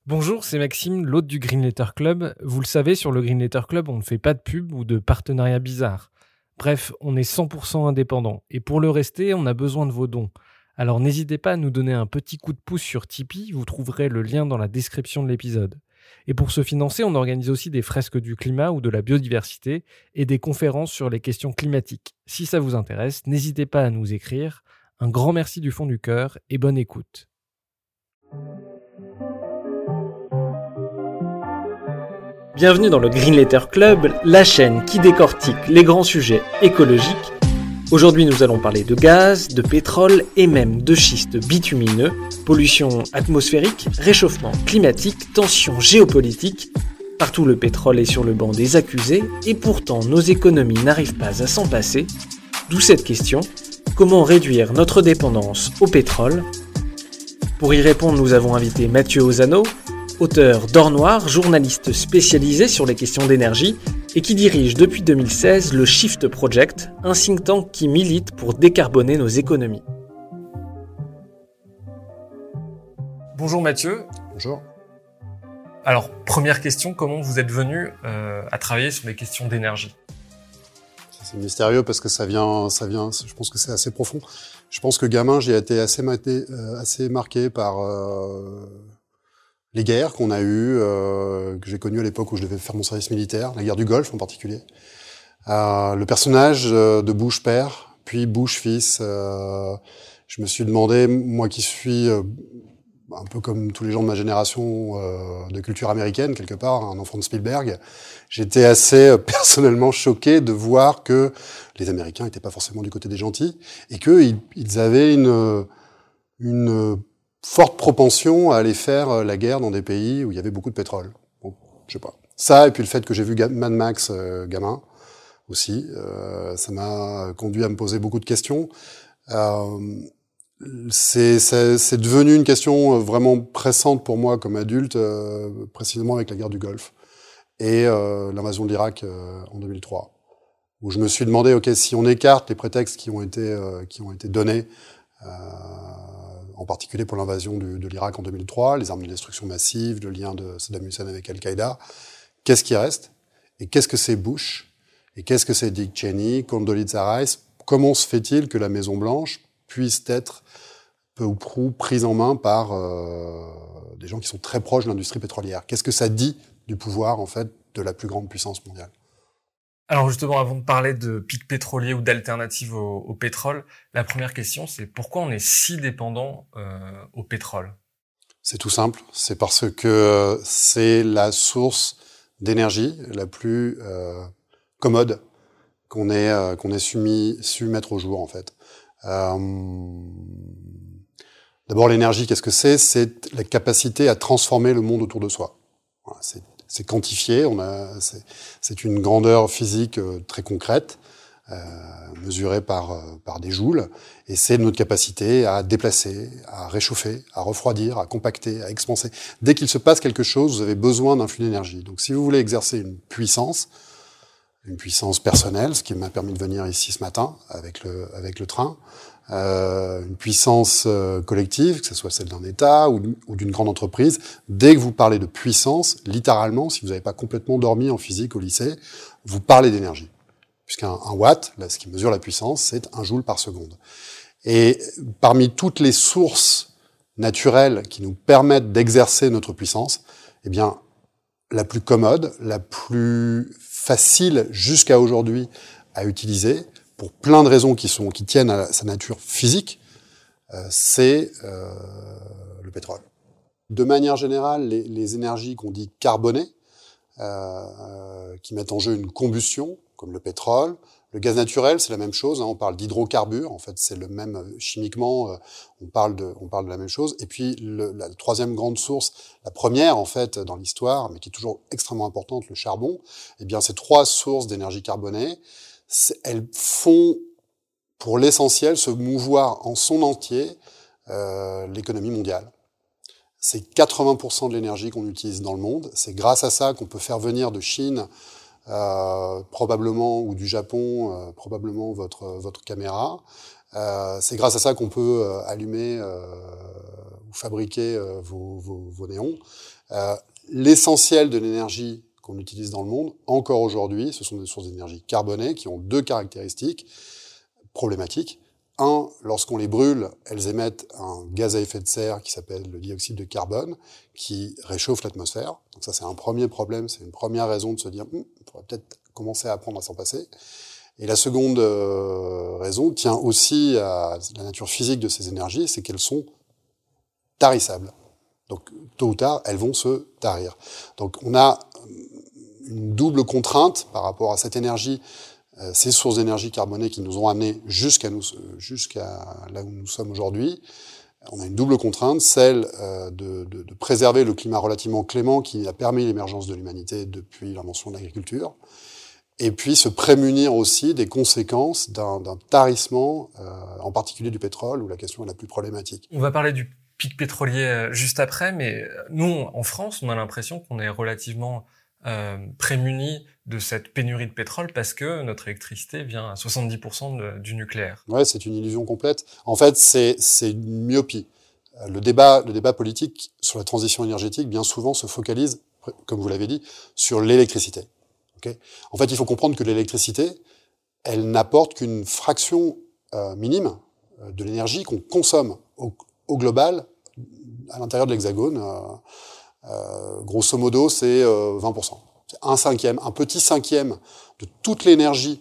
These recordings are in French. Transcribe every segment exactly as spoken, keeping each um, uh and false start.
Bonjour, c'est Maxime, l'hôte du Green Letter Club. Vous le savez, sur le Green Letter Club, on ne fait pas de pub ou de partenariat bizarre. Bref, on est cent pour cent indépendant. Et pour le rester, on a besoin de vos dons. Alors n'hésitez pas à nous donner un petit coup de pouce sur Tipeee, vous trouverez le lien dans la description de l'épisode. Et pour se financer, on organise aussi des fresques du climat ou de la biodiversité et des conférences sur les questions climatiques. Si ça vous intéresse, n'hésitez pas à nous écrire. Un grand merci du fond du cœur et bonne écoute. Bienvenue dans le Green Letter Club, la chaîne qui décortique les grands sujets écologiques. Aujourd'hui, nous allons parler de gaz, de pétrole et même de schiste bitumineux, pollution atmosphérique, réchauffement climatique, tensions géopolitiques. Partout, le pétrole est sur le banc des accusés et pourtant nos économies n'arrivent pas à s'en passer. D'où cette question, comment réduire notre dépendance au pétrole ? Pour y répondre, nous avons invité Mathieu Ozano, auteur d'Or Noir, journaliste spécialisé sur les questions d'énergie et qui dirige depuis deux mille seize le Shift Project, un think tank qui milite pour décarboner nos économies. Bonjour Mathieu. Bonjour. Alors, première question, comment vous êtes venu euh, à travailler sur les questions d'énergie ? C'est mystérieux parce que ça vient, ça vient, je pense que c'est assez profond. Je pense que gamin, j'ai été assez, maté, euh, assez marqué par... Euh, les guerres qu'on a eues, euh, que j'ai connues à l'époque où je devais faire mon service militaire, la guerre du Golfe en particulier. Euh, le personnage de Bush père, puis Bush fils, euh, je me suis demandé, moi qui suis euh, un peu comme tous les gens de ma génération euh, de culture américaine, quelque part, un enfant de Spielberg, j'étais assez euh, personnellement choqué de voir que les Américains n'étaient pas forcément du côté des gentils et qu'ils ils avaient une... une forte propension à aller faire la guerre dans des pays où il y avait beaucoup de pétrole. Bon, je sais pas. Ça, et puis le fait que j'ai vu Mad Max euh, gamin, aussi, euh, ça m'a conduit à me poser beaucoup de questions. Euh, c'est, c'est, c'est devenu une question vraiment pressante pour moi comme adulte, euh, précisément avec la guerre du Golfe et euh, l'invasion de l'Irak euh, en deux mille trois, où je me suis demandé, ok, si on écarte les prétextes qui ont été, euh, qui ont été donnés, euh, en particulier pour l'invasion de, de l'Irak en deux mille trois, les armes de destruction massive, le lien de Saddam Hussein avec Al-Qaïda. Qu'est-ce qui reste ? Et qu'est-ce que c'est Bush ? Et qu'est-ce que c'est Dick Cheney, Condoleezza Rice ? Comment se fait-il que la Maison-Blanche puisse être peu ou prou prise en main par euh, des gens qui sont très proches de l'industrie pétrolière ? Qu'est-ce que ça dit du pouvoir, en fait, de la plus grande puissance mondiale ? Alors justement, avant de parler de pic pétrolier ou d'alternatives au, au pétrole, la première question, c'est pourquoi on est si dépendant euh, au pétrole ? C'est tout simple, c'est parce que c'est la source d'énergie la plus euh, commode qu'on ait, euh, qu'on ait su, mis, su mettre au jour, en fait. Euh, d'abord, l'énergie, qu'est-ce que c'est ? C'est la capacité à transformer le monde autour de soi. Voilà, c'est C'est quantifié, on a, c'est, c'est une grandeur physique euh, très concrète, euh, mesurée par, euh, par des joules, et c'est notre capacité à déplacer, à réchauffer, à refroidir, à compacter, à expanser. Dès qu'il se passe quelque chose, vous avez besoin d'un flux d'énergie. Donc si vous voulez exercer une puissance, une puissance personnelle, ce qui m'a permis de venir ici ce matin avec le, avec le train, Euh, une puissance euh, collective, que ce soit celle d'un État ou, ou d'une grande entreprise, dès que vous parlez de puissance, littéralement, si vous n'avez pas complètement dormi en physique au lycée, vous parlez d'énergie. Puisqu'un un watt, là, ce qui mesure la puissance, c'est un joule par seconde. Et parmi toutes les sources naturelles qui nous permettent d'exercer notre puissance, eh bien, la plus commode, la plus facile jusqu'à aujourd'hui à utiliser, pour plein de raisons qui sont qui tiennent à sa nature physique, euh, c'est euh, le pétrole. De manière générale, les, les énergies qu'on dit carbonées, euh, qui mettent en jeu une combustion, comme le pétrole, le gaz naturel, c'est la même chose. Hein, on parle d'hydrocarbures, en fait, c'est le même chimiquement. Euh, on parle de on parle de la même chose. Et puis le, la troisième grande source, la première en fait dans l'histoire, mais qui est toujours extrêmement importante, le charbon. Eh bien, ces trois sources d'énergie carbonée, elles font, pour l'essentiel, se mouvoir en son entier euh, l'économie mondiale. C'est quatre-vingts pour cent de l'énergie qu'on utilise dans le monde. C'est grâce à ça qu'on peut faire venir de Chine, euh, probablement, ou du Japon, euh, probablement votre votre caméra. Euh, c'est grâce à ça qu'on peut euh, allumer euh, ou fabriquer euh, vos, vos, vos néons. Euh, l'essentiel de l'énergie qu'on utilise dans le monde, encore aujourd'hui, ce sont des sources d'énergie carbonées qui ont deux caractéristiques problématiques. Un, lorsqu'on les brûle, elles émettent un gaz à effet de serre qui s'appelle le dioxyde de carbone, qui réchauffe l'atmosphère. Donc ça, c'est un premier problème, c'est une première raison de se dire, hm, on pourrait peut-être commencer à apprendre à s'en passer. Et la seconde euh, raison tient aussi à la nature physique de ces énergies, c'est qu'elles sont tarissables. Donc, tôt ou tard, elles vont se tarir. Donc, on a une double contrainte par rapport à cette énergie, euh, ces sources d'énergie carbonée qui nous ont amenés jusqu'à nous, jusqu'à là où nous sommes aujourd'hui. On a une double contrainte, celle euh, de, de, de préserver le climat relativement clément qui a permis l'émergence de l'humanité depuis l'invention de l'agriculture. Et puis se prémunir aussi des conséquences d'un, d'un tarissement, euh, en particulier du pétrole, où la question est la plus problématique. On va parler du pic pétrolier juste après, mais nous, en France, on a l'impression qu'on est relativement euh, prémunis de cette pénurie de pétrole parce que notre électricité vient à soixante-dix pour cent de, du nucléaire. Ouais, c'est une illusion complète. En fait, c'est, c'est une myopie. Le débat, le débat politique sur la transition énergétique, bien souvent, se focalise, comme vous l'avez dit, sur l'électricité. Okay. En fait, il faut comprendre que l'électricité, elle n'apporte qu'une fraction euh, minime euh, de l'énergie qu'on consomme au, au global à l'intérieur de l'Hexagone. Euh, euh, grosso modo, c'est euh, vingt pour cent. C'est un cinquième, un petit cinquième de toute l'énergie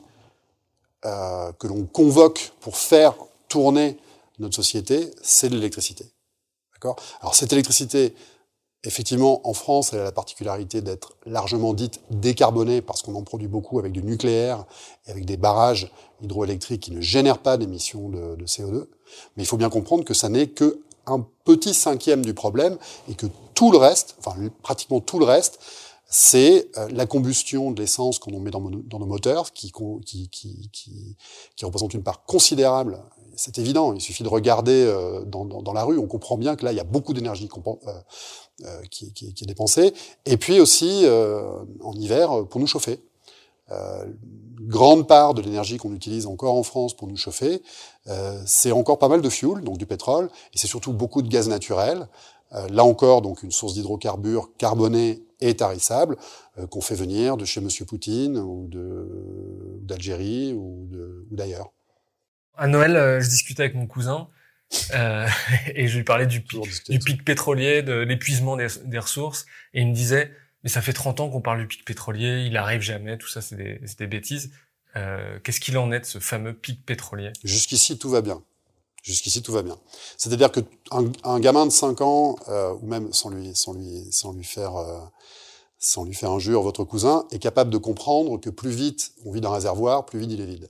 euh, que l'on convoque pour faire tourner notre société, c'est de l'électricité. D'accord ? Alors cette électricité, effectivement, en France, elle a la particularité d'être largement dite décarbonée parce qu'on en produit beaucoup avec du nucléaire et avec des barrages hydroélectriques qui ne génèrent pas d'émissions de, de C O deux. Mais il faut bien comprendre que ça n'est que un petit cinquième du problème et que tout le reste, enfin pratiquement tout le reste, c'est euh, la combustion de l'essence qu'on met dans, dans nos moteurs qui, qui, qui, qui, qui représente une part considérable. C'est évident, il suffit de regarder euh, dans, dans, dans la rue, on comprend bien que là, il y a beaucoup d'énergie qu'on euh, Euh, qui, qui, qui est dépensé, et puis aussi euh, en hiver pour nous chauffer. Euh, grande part de l'énergie qu'on utilise encore en France pour nous chauffer, euh, c'est encore pas mal de fuel, donc du pétrole, et c'est surtout beaucoup de gaz naturel. Euh, là encore, donc une source d'hydrocarbures carbonés et tarissables euh, qu'on fait venir de chez Monsieur Poutine ou de d'Algérie ou, de, ou d'ailleurs. À Noël, euh, je discutais avec mon cousin. Euh, et je lui parlais du pic, du pic pétrolier, de l'épuisement des, des ressources, et il me disait, mais ça fait trente ans qu'on parle du pic pétrolier, il arrive jamais, tout ça c'est des, c'est des bêtises. Euh, qu'est-ce qu'il en est de ce fameux pic pétrolier ? Jusqu'ici, tout va bien. Jusqu'ici, tout va bien. C'est-à-dire que un, un gamin de cinq ans, euh, ou même sans lui, sans lui, sans lui faire, euh, sans lui faire injure, votre cousin est capable de comprendre que plus vite on vide un réservoir, plus vite il est vide.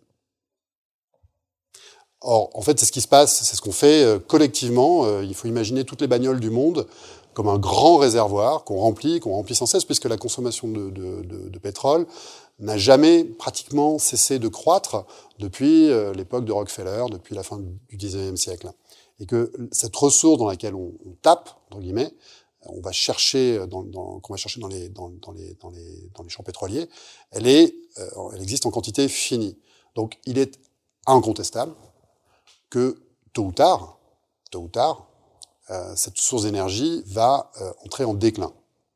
Or, en fait, c'est ce qui se passe, c'est ce qu'on fait euh, collectivement. Euh, il faut imaginer toutes les bagnoles du monde comme un grand réservoir qu'on remplit, qu'on remplit sans cesse, puisque la consommation de, de, de, de pétrole n'a jamais pratiquement cessé de croître depuis euh, l'époque de Rockefeller, depuis la fin du dix-neuvième siècle. Et que cette ressource dans laquelle on, on tape, entre guillemets, on va chercher dans, dans, qu'on va chercher dans les, dans, dans les, dans les, dans les champs pétroliers, elle est, euh, elle existe en quantité finie. Donc, il est incontestable que tôt ou tard, tôt ou tard, euh, cette source d'énergie va euh, entrer en déclin.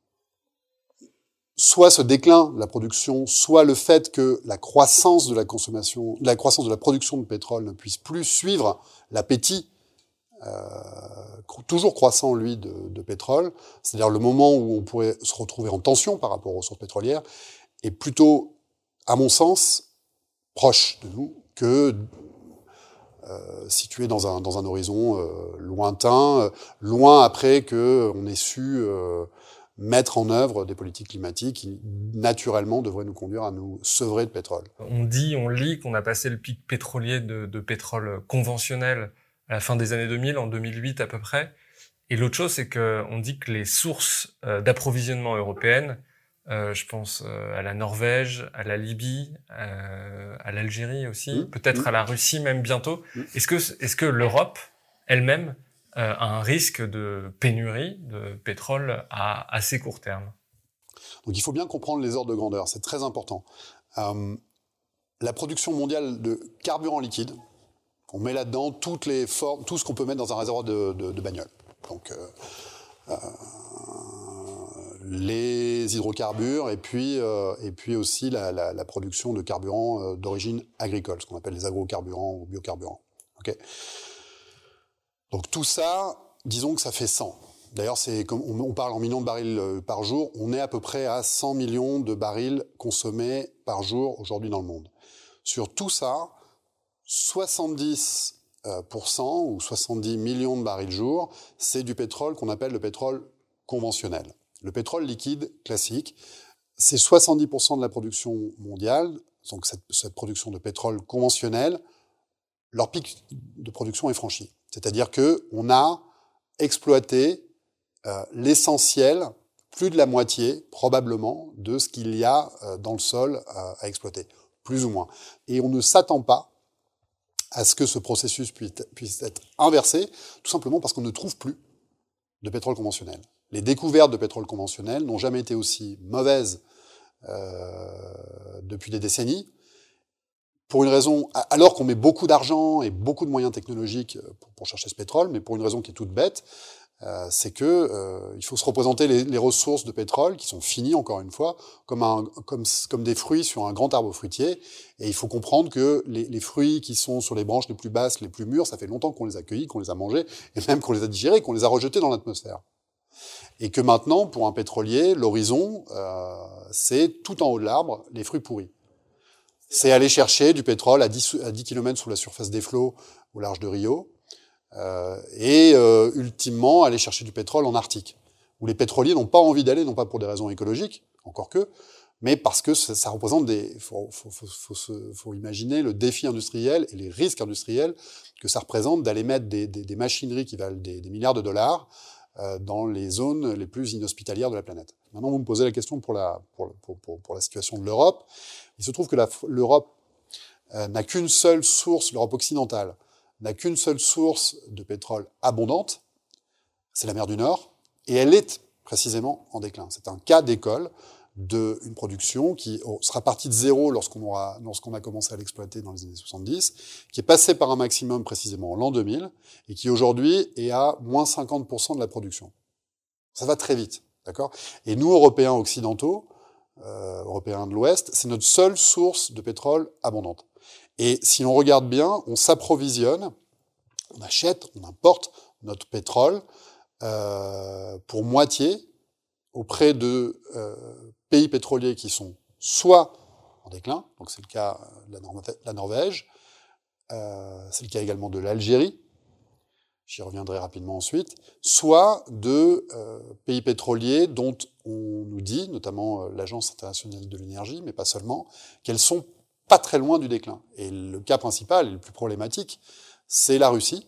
Soit ce déclin de la production, soit le fait que la croissance de la consommation, la croissance de la production de pétrole ne puisse plus suivre l'appétit euh, toujours croissant, lui, de, de pétrole, c'est-à-dire le moment où on pourrait se retrouver en tension par rapport aux sources pétrolières, est plutôt, à mon sens, proche de nous que Euh, situé dans un, dans un horizon euh, lointain, euh, loin après qu'on ait su euh, mettre en œuvre des politiques climatiques qui, naturellement, devraient nous conduire à nous sevrer de pétrole. On dit, on lit qu'on a passé le pic pétrolier de, de pétrole conventionnel à la fin des années deux mille, en deux mille huit à peu près. Et l'autre chose, c'est qu'on dit que les sources euh, d'approvisionnement européennes, Euh, je pense euh, à la Norvège, à la Libye, euh, à l'Algérie aussi, mmh, peut-être mmh. à la Russie même bientôt. Mmh. Est-ce que, est-ce que l'Europe elle-même euh, a un risque de pénurie de pétrole à assez court terme ? Donc il faut bien comprendre les ordres de grandeur, c'est très important. Euh, la production mondiale de carburant liquide, On met là-dedans toutes les formes, tout ce qu'on peut mettre dans un réservoir de, de, de bagnole. Donc, euh, euh, les hydrocarbures et puis, euh, et puis aussi la, la, la production de carburants euh, d'origine agricole, ce qu'on appelle les agrocarburants ou biocarburants. Okay. Donc tout ça, disons que ça fait cent. D'ailleurs, c'est comme on, on parle en millions de barils euh, par jour, on est à peu près à cent millions de barils consommés par jour aujourd'hui dans le monde. Sur tout ça, soixante-dix pour cent ou soixante-dix millions de barils jour, c'est du pétrole qu'on appelle le pétrole conventionnel. Le pétrole liquide classique, c'est soixante-dix pour cent de la production mondiale, donc cette, cette production de pétrole conventionnel, leur pic de production est franchi. C'est-à-dire qu'on a exploité euh, l'essentiel, plus de la moitié probablement, de ce qu'il y a euh, dans le sol euh, à exploiter, plus ou moins. Et on ne s'attend pas à ce que ce processus puisse, puisse être inversé, tout simplement parce qu'on ne trouve plus de pétrole conventionnel. Les découvertes de pétrole conventionnel n'ont jamais été aussi mauvaises euh, depuis des décennies, pour une raison, alors qu'on met beaucoup d'argent et beaucoup de moyens technologiques pour, pour chercher ce pétrole, mais pour une raison qui est toute bête, euh, c'est que euh, il faut se représenter les, les ressources de pétrole qui sont finies, encore une fois, comme, un, comme, comme des fruits sur un grand arbre fruitier, et il faut comprendre que les, les fruits qui sont sur les branches les plus basses, les plus mûres, ça fait longtemps qu'on les a cueillis, qu'on les a mangés, et même qu'on les a digérés, qu'on les a rejetés dans l'atmosphère. Et que maintenant, pour un pétrolier, l'horizon, euh, c'est tout en haut de l'arbre, les fruits pourris. C'est aller chercher du pétrole à dix, à dix kilomètres sous la surface des flots au large de Rio, euh, et euh, ultimement aller chercher du pétrole en Arctique, où les pétroliers n'ont pas envie d'aller, non pas pour des raisons écologiques, encore que, mais parce que ça, ça représente des... Il faut, faut, faut, faut, faut, faut imaginer le défi industriel et les risques industriels que ça représente d'aller mettre des, des, des machineries qui valent des, des milliards de dollars euh, dans les zones les plus inhospitalières de la planète. Maintenant, vous me posez la question pour la, pour, pour, pour, pour la situation de l'Europe. Il se trouve que la, l'Europe euh, n'a qu'une seule source, l'Europe occidentale, n'a qu'une seule source de pétrole abondante, c'est la mer du Nord, et elle est précisément en déclin. C'est un cas d'école d'une production qui sera partie de zéro lorsqu'on aura, lorsqu'on a commencé à l'exploiter dans les années soixante-dix, qui est passée par un maximum précisément en l'an deux mille, et qui aujourd'hui est à moins cinquante pour cent de la production. Ça va très vite, d'accord ? Et nous, Européens occidentaux, Euh, européens de l'Ouest, c'est notre seule source de pétrole abondante. Et si on regarde bien, on s'approvisionne, on achète, on importe notre pétrole euh, pour moitié auprès de euh, pays pétroliers qui sont soit en déclin, donc c'est le cas de la, Nor- la Norvège, euh, c'est le cas également de l'Algérie, j'y reviendrai rapidement ensuite, soit de euh, pays pétroliers dont on nous dit, notamment euh, l'Agence internationale de l'énergie, mais pas seulement, qu'elles sont pas très loin du déclin. Et le cas principal, et le plus problématique, c'est la Russie,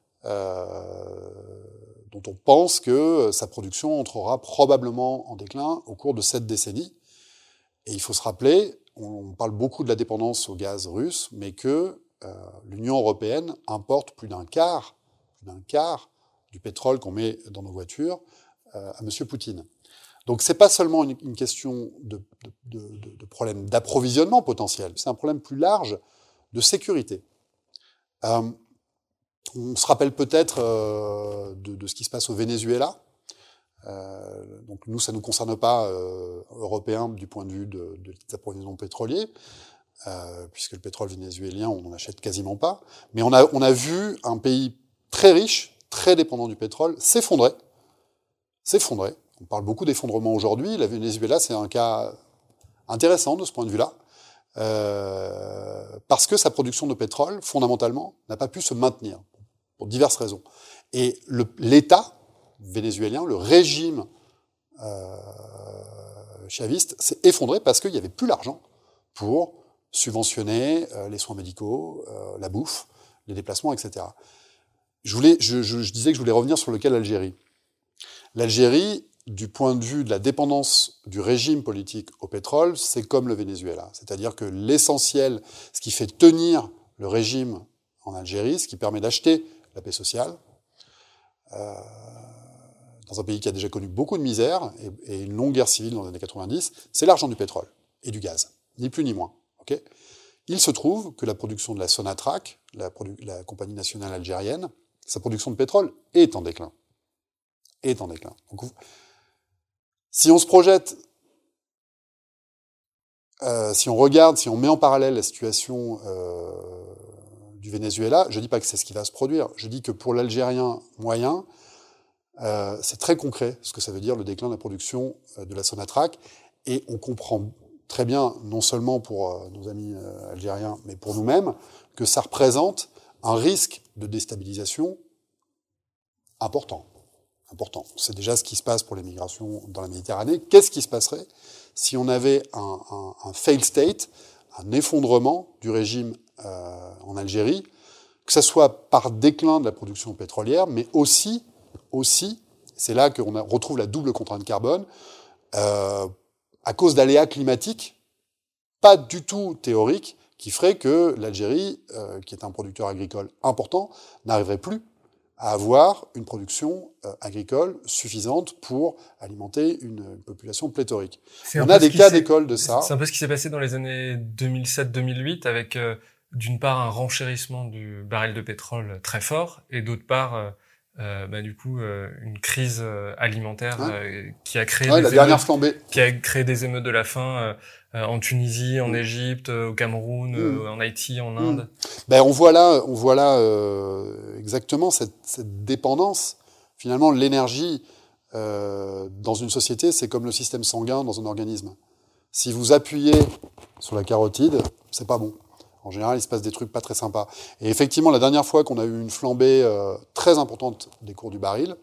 euh, dont on pense que sa production entrera probablement en déclin au cours de cette décennie. Et il faut se rappeler, on parle beaucoup de la dépendance au gaz russe, mais que euh, l'Union européenne importe plus d'un quart d'un quart du pétrole qu'on met dans nos voitures euh, à M. Poutine. Donc c'est pas seulement une, une question de, de, de, de problème d'approvisionnement potentiel, c'est un problème plus large de sécurité. Euh, on se rappelle peut-être euh, de, de ce qui se passe au Venezuela. Euh, donc nous, ça ne nous concerne pas euh, européens du point de vue de, de l'approvisionnement pétrolier, euh, puisque le pétrole vénézuélien, on n'en achète quasiment pas. Mais on a, on a vu un pays très riche, très dépendant du pétrole, s'effondrer. S'effondrer. On parle beaucoup d'effondrement aujourd'hui. La Venezuela, c'est un cas intéressant de ce point de vue-là, euh, parce que sa production de pétrole, fondamentalement, n'a pas pu se maintenir, pour diverses raisons. Et le, l'État vénézuélien, le régime euh, chaviste, s'est effondré parce qu'il n'y avait plus l'argent pour subventionner euh, les soins médicaux, euh, la bouffe, les déplacements, et cetera. Je, voulais, je, je, je disais que je voulais revenir sur le cas de l'Algérie. L'Algérie, du point de vue de la dépendance du régime politique au pétrole, c'est comme le Venezuela. C'est-à-dire que l'essentiel, ce qui fait tenir le régime en Algérie, ce qui permet d'acheter la paix sociale, euh, dans un pays qui a déjà connu beaucoup de misère et, et une longue guerre civile dans les années quatre-vingt-dix, c'est l'argent du pétrole et du gaz, ni plus ni moins. Okay ? Il se trouve que la production de la Sonatrach, la, produ- la compagnie nationale algérienne, sa production de pétrole est en déclin. Est en déclin. Donc, si on se projette, euh, si on regarde, si on met en parallèle la situation euh, du Venezuela, je dis pas que c'est ce qui va se produire. Je dis que pour l'Algérien moyen, euh, c'est très concret ce que ça veut dire le déclin de la production euh, de la Sonatrach, et on comprend très bien, non seulement pour euh, nos amis euh, algériens, mais pour nous-mêmes, que ça représente un risque de déstabilisation important. Important. C'est déjà ce qui se passe pour les migrations dans la Méditerranée. Qu'est-ce qui se passerait si on avait un, un, un fail state, un effondrement du régime euh, en Algérie, que ce soit par déclin de la production pétrolière, mais aussi, aussi, c'est là qu'on a, retrouve la double contrainte carbone, euh, à cause d'aléas climatiques, pas du tout théoriques, qui feraient que l'Algérie, euh, qui est un producteur agricole important, n'arriverait plus à avoir une production euh, agricole suffisante pour alimenter une, une population pléthorique. On a des cas d'école de ça. C'est un peu ce qui s'est passé dans les années deux mille sept deux mille huit, avec euh, d'une part un renchérissement du baril de pétrole très fort, et d'autre part euh, Euh, bah, du coup, euh, une crise euh, alimentaire ouais. euh, qui a créé ouais, des la émeutes, dernière flambée. qui a créé des émeutes de la faim euh, euh, en Tunisie, en mmh. Égypte, euh, au Cameroun, mmh. euh, en Haïti, en Inde. Mmh. Ben on voit là, on voit là euh, exactement cette, cette dépendance. Finalement, l'énergie euh, dans une société, c'est comme le système sanguin dans un organisme. Si vous appuyez sur la carotide, c'est pas bon. En général, il se passe des trucs pas très sympas. Et effectivement, la dernière fois qu'on a eu une flambée euh, très importante des cours du baril,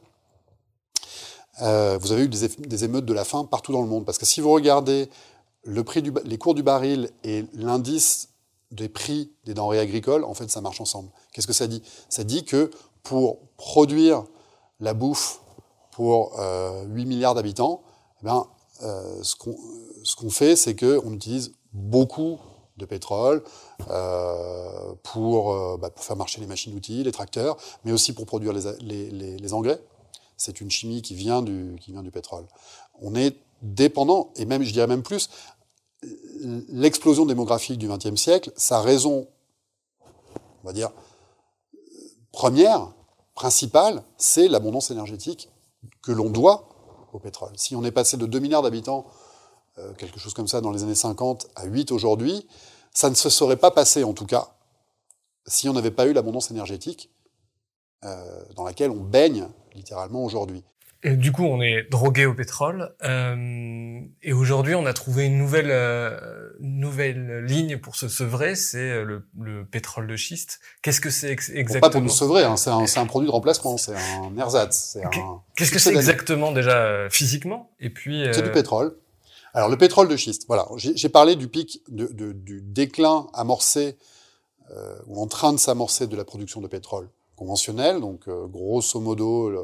euh, vous avez eu des, des émeutes de la faim partout dans le monde. Parce que si vous regardez le prix du, les cours du baril et l'indice des prix des denrées agricoles, en fait, ça marche ensemble. Qu'est-ce que ça dit ? Ça dit que pour produire la bouffe pour euh, huit milliards d'habitants, eh ben, euh, ce qu'on ce qu'on fait, c'est qu'on utilise beaucoup de pétrole euh, pour, euh, bah, pour faire marcher les machines-outils, les tracteurs, mais aussi pour produire les, les, les, les engrais. C'est une chimie qui vient, du, qui vient du pétrole. On est dépendant, et même, je dirais même plus, l'explosion démographique du vingtième siècle, sa raison, on va dire, première, principale, c'est l'abondance énergétique que l'on doit au pétrole. Si on est passé de deux milliards d'habitants, euh, quelque chose comme ça dans les années cinquante, à huit aujourd'hui, ça ne se serait pas passé, en tout cas, si on n'avait pas eu l'abondance énergétique euh, dans laquelle on baigne littéralement aujourd'hui. Et du coup, on est drogué au pétrole. Euh, et aujourd'hui, on a trouvé une nouvelle, euh, nouvelle ligne pour se sevrer, c'est le, le pétrole de schiste. Qu'est-ce que c'est ex- exactement ? Bon, pas pour nous sevrer, hein, c'est, un, c'est un produit de remplacement, c'est un ersatz. C'est un Qu'est-ce que c'est exactement déjà euh, physiquement ? Et puis, euh... c'est du pétrole. Alors le pétrole de schiste, voilà. J'ai, j'ai parlé du pic, de, de, du déclin amorcé euh, ou en train de s'amorcer de la production de pétrole conventionnel, donc euh, grosso modo le,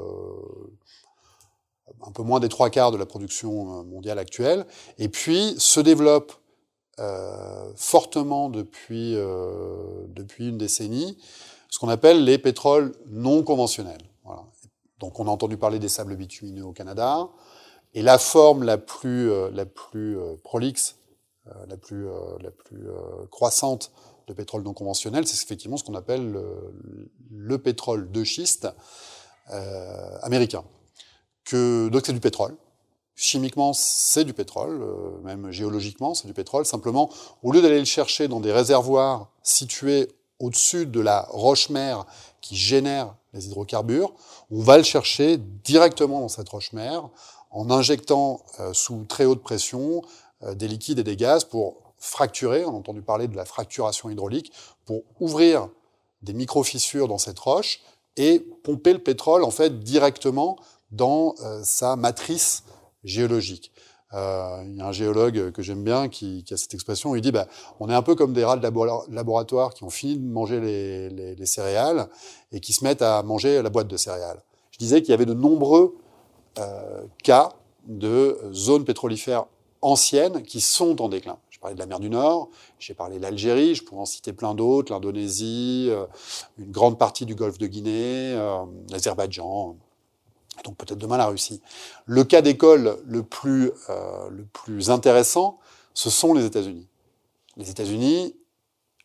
un peu moins des trois quarts de la production mondiale actuelle, et puis se développe euh, fortement depuis euh, depuis une décennie ce qu'on appelle les pétroles non conventionnels. Voilà. Donc on a entendu parler des sables bitumineux au Canada. Et la forme la plus, euh, la plus euh, prolixe, euh, la plus, euh, la plus euh, croissante de pétrole non conventionnel, c'est effectivement ce qu'on appelle le, le pétrole de schiste euh, américain. Que, donc c'est du pétrole. Chimiquement, c'est du pétrole, euh, même géologiquement, c'est du pétrole. Simplement, au lieu d'aller le chercher dans des réservoirs situés au-dessus de la roche-mère qui génère les hydrocarbures, on va le chercher directement dans cette roche-mère, en injectant euh, sous très haute pression euh, des liquides et des gaz pour fracturer, on a entendu parler de la fracturation hydraulique, pour ouvrir des micro-fissures dans cette roche et pomper le pétrole en fait directement dans euh, sa matrice géologique. Euh, il y a un géologue que j'aime bien qui, qui a cette expression, il dit bah, on est un peu comme des rats de labo- laboratoire qui ont fini de manger les, les, les céréales et qui se mettent à manger la boîte de céréales. Je disais qu'il y avait de nombreux Euh, cas de zones pétrolifères anciennes qui sont en déclin. J'ai parlé de la mer du Nord, j'ai parlé de l'Algérie, je pourrais en citer plein d'autres, l'Indonésie, euh, une grande partie du golfe de Guinée, euh, l'Azerbaïdjan, donc peut-être demain la Russie. Le cas d'école le plus, euh, le plus intéressant, ce sont les États-Unis. Les États-Unis,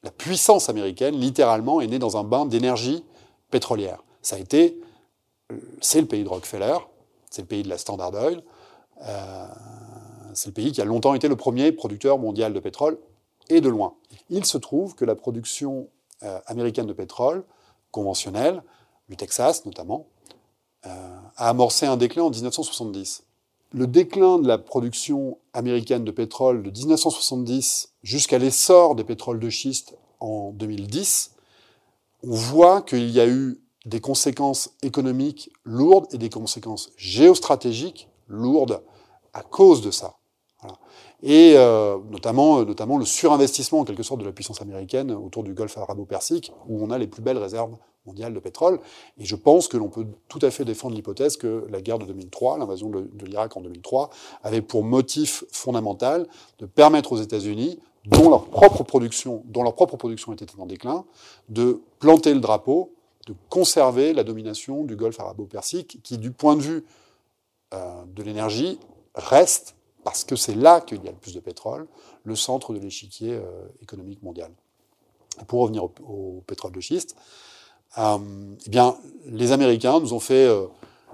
la puissance américaine, littéralement, est née dans un bain d'énergie pétrolière. Ça a été, c'est le pays de Rockefeller, c'est le pays de la Standard Oil, euh, c'est le pays qui a longtemps été le premier producteur mondial de pétrole, et de loin. Il se trouve que la production euh, américaine de pétrole, conventionnelle, du Texas notamment, euh, a amorcé un déclin en dix-neuf cent soixante-dix. Le déclin de la production américaine de pétrole de dix-neuf cent soixante-dix jusqu'à l'essor des pétroles de schiste en deux mille dix, on voit qu'il y a eu des conséquences économiques lourdes et des conséquences géostratégiques lourdes à cause de ça. Voilà. Et euh, notamment, notamment le surinvestissement en quelque sorte de la puissance américaine autour du golfe arabo-persique, où on a les plus belles réserves mondiales de pétrole. Et je pense que l'on peut tout à fait défendre l'hypothèse que la guerre de deux mille trois, l'invasion de, de l'Irak en deux mille trois, avait pour motif fondamental de permettre aux États-Unis, dont leur propre production, dont leur propre production était en déclin, de planter le drapeau, de conserver la domination du golfe arabo-persique, qui, du point de vue euh, de l'énergie, reste, parce que c'est là qu'il y a le plus de pétrole, le centre de l'échiquier euh, économique mondial. Et pour revenir au, au pétrole de schiste, euh, eh bien, les Américains nous ont fait euh,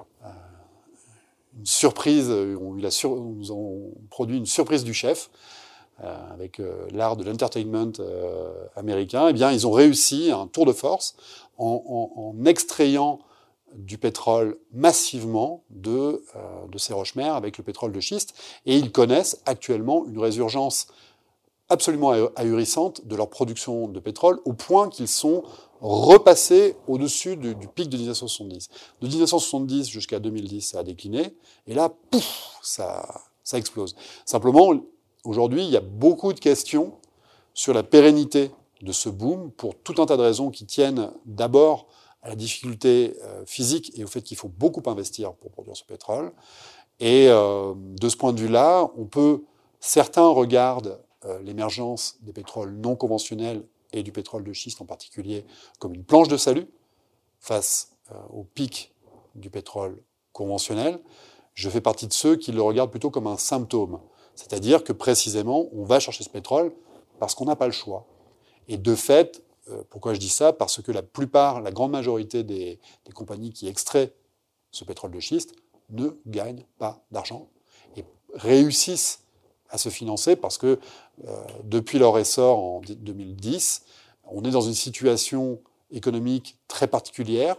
une surprise, on, il a sur, nous ont produit une surprise du chef, euh, avec euh, l'art de l'entertainment euh, américain. Eh bien, ils ont réussi un tour de force en, en, en extrayant du pétrole massivement de, euh, de ces roches-mères avec le pétrole de schiste. Et ils connaissent actuellement une résurgence absolument ahurissante de leur production de pétrole, au point qu'ils sont repassés au-dessus du, du pic de dix-neuf cent soixante-dix. De dix-neuf cent soixante-dix jusqu'à deux mille dix, ça a décliné, et là, pouf, ça, ça explose. Simplement, aujourd'hui, il y a beaucoup de questions sur la pérennité de ce boom, pour tout un tas de raisons qui tiennent d'abord à la difficulté euh, physique et au fait qu'il faut beaucoup investir pour produire ce pétrole. Et euh, de ce point de vue-là, on peut, certains regardent euh, l'émergence des pétroles non conventionnels et du pétrole de schiste en particulier comme une planche de salut face euh, au pic du pétrole conventionnel. Je fais partie de ceux qui le regardent plutôt comme un symptôme. C'est-à-dire que précisément, on va chercher ce pétrole parce qu'on n'a pas le choix. Et de fait, pourquoi je dis ça ? Parce que la plupart, la grande majorité des, des compagnies qui extraient ce pétrole de schiste ne gagnent pas d'argent et réussissent à se financer parce que euh, depuis leur essor en deux mille dix, on est dans une situation économique très particulière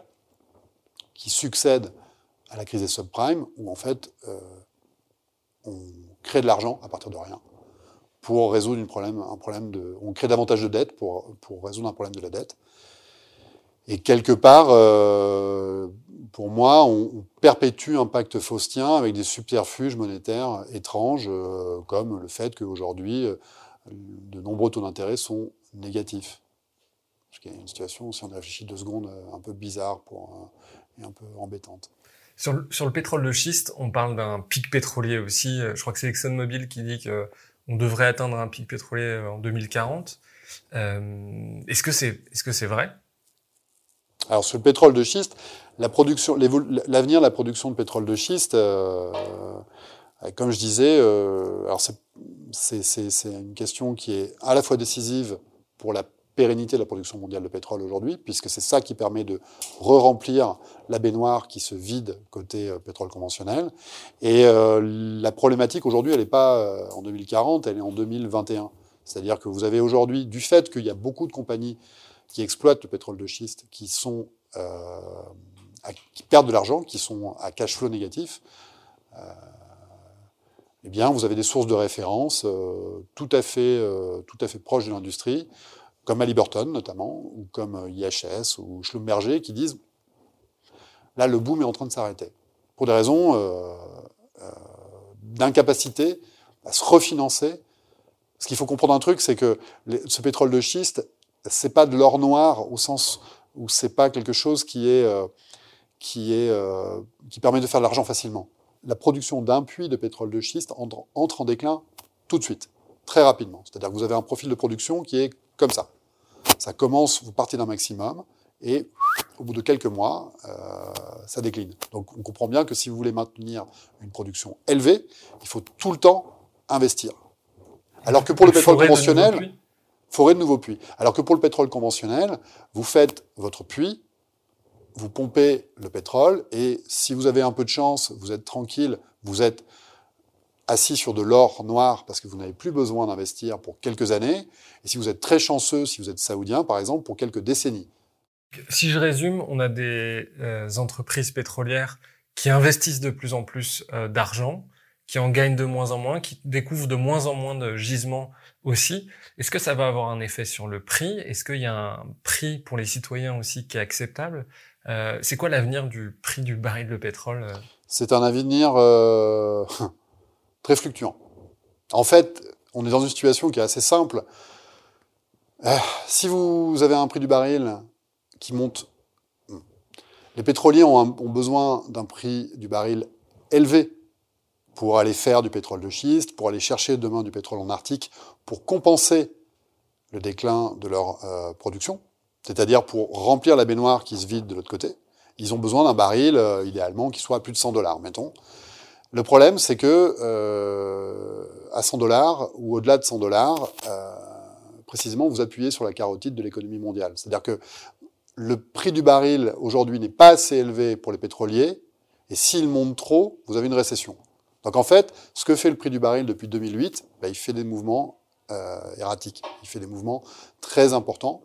qui succède à la crise des subprimes, où en fait euh, on crée de l'argent à partir de rien pour résoudre une problème, un problème de... On crée davantage de dettes pour, pour résoudre un problème de la dette. Et quelque part, euh, pour moi, on, on perpétue un pacte faustien avec des subterfuges monétaires étranges, euh, comme le fait qu'aujourd'hui, euh, de nombreux taux d'intérêt sont négatifs. Ce qui est une situation, si on réfléchit deux secondes, un peu bizarre pour, euh, et un peu embêtante. Sur le, sur le pétrole de schiste, on parle d'un pic pétrolier aussi. Je crois que c'est ExxonMobil qui dit que on devrait atteindre un pic pétrolier en deux mille quarante. Euh, est-ce que c'est, est-ce que c'est vrai ? Alors sur le pétrole de schiste, la production, l'avenir de la production de pétrole de schiste, euh, comme je disais, euh, alors c'est, c'est, c'est, c'est une question qui est à la fois décisive pour la pérennité de la production mondiale de pétrole aujourd'hui, puisque c'est ça qui permet de re-remplir la baignoire qui se vide côté euh, pétrole conventionnel. Et euh, la problématique aujourd'hui, elle n'est pas euh, en deux mille quarante, elle est en deux mille vingt et un. C'est-à-dire que vous avez aujourd'hui, du fait qu'il y a beaucoup de compagnies qui exploitent le pétrole de schiste, qui sont euh, à, qui perdent de l'argent, qui sont à cash flow négatif, euh, eh bien, vous avez des sources de référence euh, tout à fait, euh, tout à fait proches de l'industrie, comme Halliburton notamment, ou comme I H S ou Schlumberger, qui disent là, le boom est en train de s'arrêter. Pour des raisons euh, euh, d'incapacité à se refinancer. Ce qu'il faut comprendre un truc, c'est que les, ce pétrole de schiste, c'est pas de l'or noir au sens où c'est pas quelque chose qui est, euh, qui est, euh, qui permet de faire de l'argent facilement. La production d'un puits de pétrole de schiste entre, entre en déclin tout de suite, très rapidement. C'est-à-dire que vous avez un profil de production qui est comme ça. Ça commence, vous partez d'un maximum, et au bout de quelques mois, euh, ça décline. Donc on comprend bien que si vous voulez maintenir une production élevée, il faut tout le temps investir. Alors que pour le pétrole conventionnel, forez de nouveaux puits. Alors que pour le pétrole conventionnel, vous faites votre puits, vous pompez le pétrole, et si vous avez un peu de chance, vous êtes tranquille, vous êtes assis sur de l'or noir parce que vous n'avez plus besoin d'investir pour quelques années, et si vous êtes très chanceux, si vous êtes saoudien par exemple, pour quelques décennies. Si je résume, on a des euh, entreprises pétrolières qui investissent de plus en plus euh, d'argent, qui en gagnent de moins en moins, qui découvrent de moins en moins de gisements aussi. Est-ce que ça va avoir un effet sur le prix? Est-ce qu'il y a un prix pour les citoyens aussi qui est acceptable? euh, C'est quoi l'avenir du prix du baril de pétrole? C'est un avenir euh, très fluctuant. En fait, on est dans une situation qui est assez simple. Euh, si vous avez un prix du baril qui monte, les pétroliers ont, un, ont besoin d'un prix du baril élevé pour aller faire du pétrole de schiste, pour aller chercher demain du pétrole en Arctique, pour compenser le déclin de leur euh, production, c'est-à-dire pour remplir la baignoire qui se vide de l'autre côté. Ils ont besoin d'un baril, euh, idéalement, qui soit à plus de cent dollars, mettons. Le problème, c'est que euh, à cent dollars, ou au-delà de cent dollars, euh, précisément, vous appuyez sur la carotide de l'économie mondiale. C'est-à-dire que le prix du baril, aujourd'hui, n'est pas assez élevé pour les pétroliers, et s'il monte trop, vous avez une récession. Donc en fait, ce que fait le prix du baril depuis deux mille huit, bah, il fait des mouvements euh, erratiques, il fait des mouvements très importants.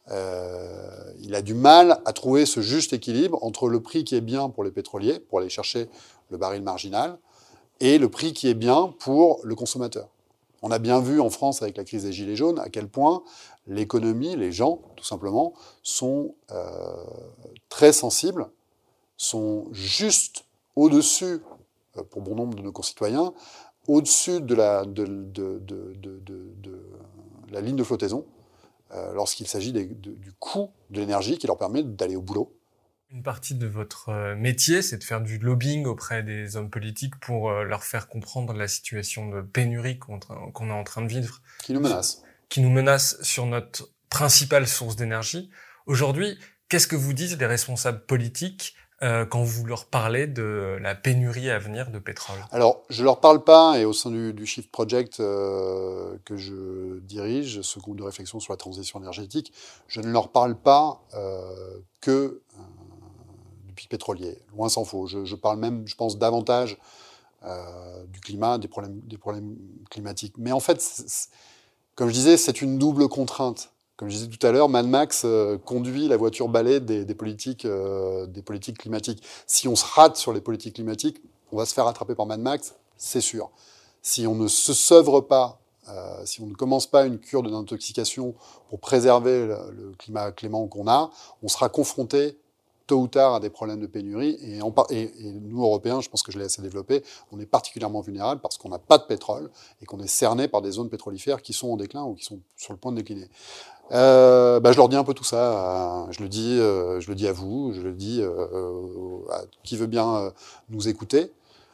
Euh, il a du mal à trouver ce juste équilibre entre le prix qui est bien pour les pétroliers, pour aller chercher le baril marginal, et le prix qui est bien pour le consommateur. On a bien vu en France, avec la crise des Gilets jaunes, à quel point l'économie, les gens, tout simplement, sont euh, très sensibles, sont juste au-dessus, euh, pour bon nombre de nos concitoyens, au-dessus de la, de, de, de, de, de, de la ligne de flottaison, euh, lorsqu'il s'agit des, de, du coût de l'énergie qui leur permet d'aller au boulot. Une partie de votre métier, c'est de faire du lobbying auprès des hommes politiques pour leur faire comprendre la situation de pénurie qu'on, qu'on est en train de vivre. Qui nous menace. Qui nous menace sur notre principale source d'énergie. Aujourd'hui, qu'est-ce que vous disent les responsables politiques euh, quand vous leur parlez de la pénurie à venir de pétrole? Alors, je leur parle pas, et au sein du, du Shift Project euh, que je dirige, ce groupe de réflexion sur la transition énergétique, je ne leur parle pas euh, que euh, du pic pétrolier. Loin s'en faut. Je, je parle même, je pense, davantage euh, du climat, des problèmes, des problèmes climatiques. Mais en fait, c'est, c'est, comme je disais, c'est une double contrainte. Comme je disais tout à l'heure, Mad Max euh, conduit la voiture balai des, des, politiques, euh, des politiques climatiques. Si on se rate sur les politiques climatiques, on va se faire rattraper par Mad Max, c'est sûr. Si on ne se seuvre pas, euh, si on ne commence pas une cure de désintoxication pour préserver le, le climat clément qu'on a, on sera confronté tôt ou tard à des problèmes de pénurie. Et, en, et, et nous, Européens, je pense que je l'ai assez développé, on est particulièrement vulnérables parce qu'on n'a pas de pétrole et qu'on est cerné par des zones pétrolifères qui sont en déclin ou qui sont sur le point de décliner. Euh, bah, je leur dis un peu tout ça. Euh, je le dis, euh, je le dis à vous, je le dis euh, à qui veut bien euh, nous écouter.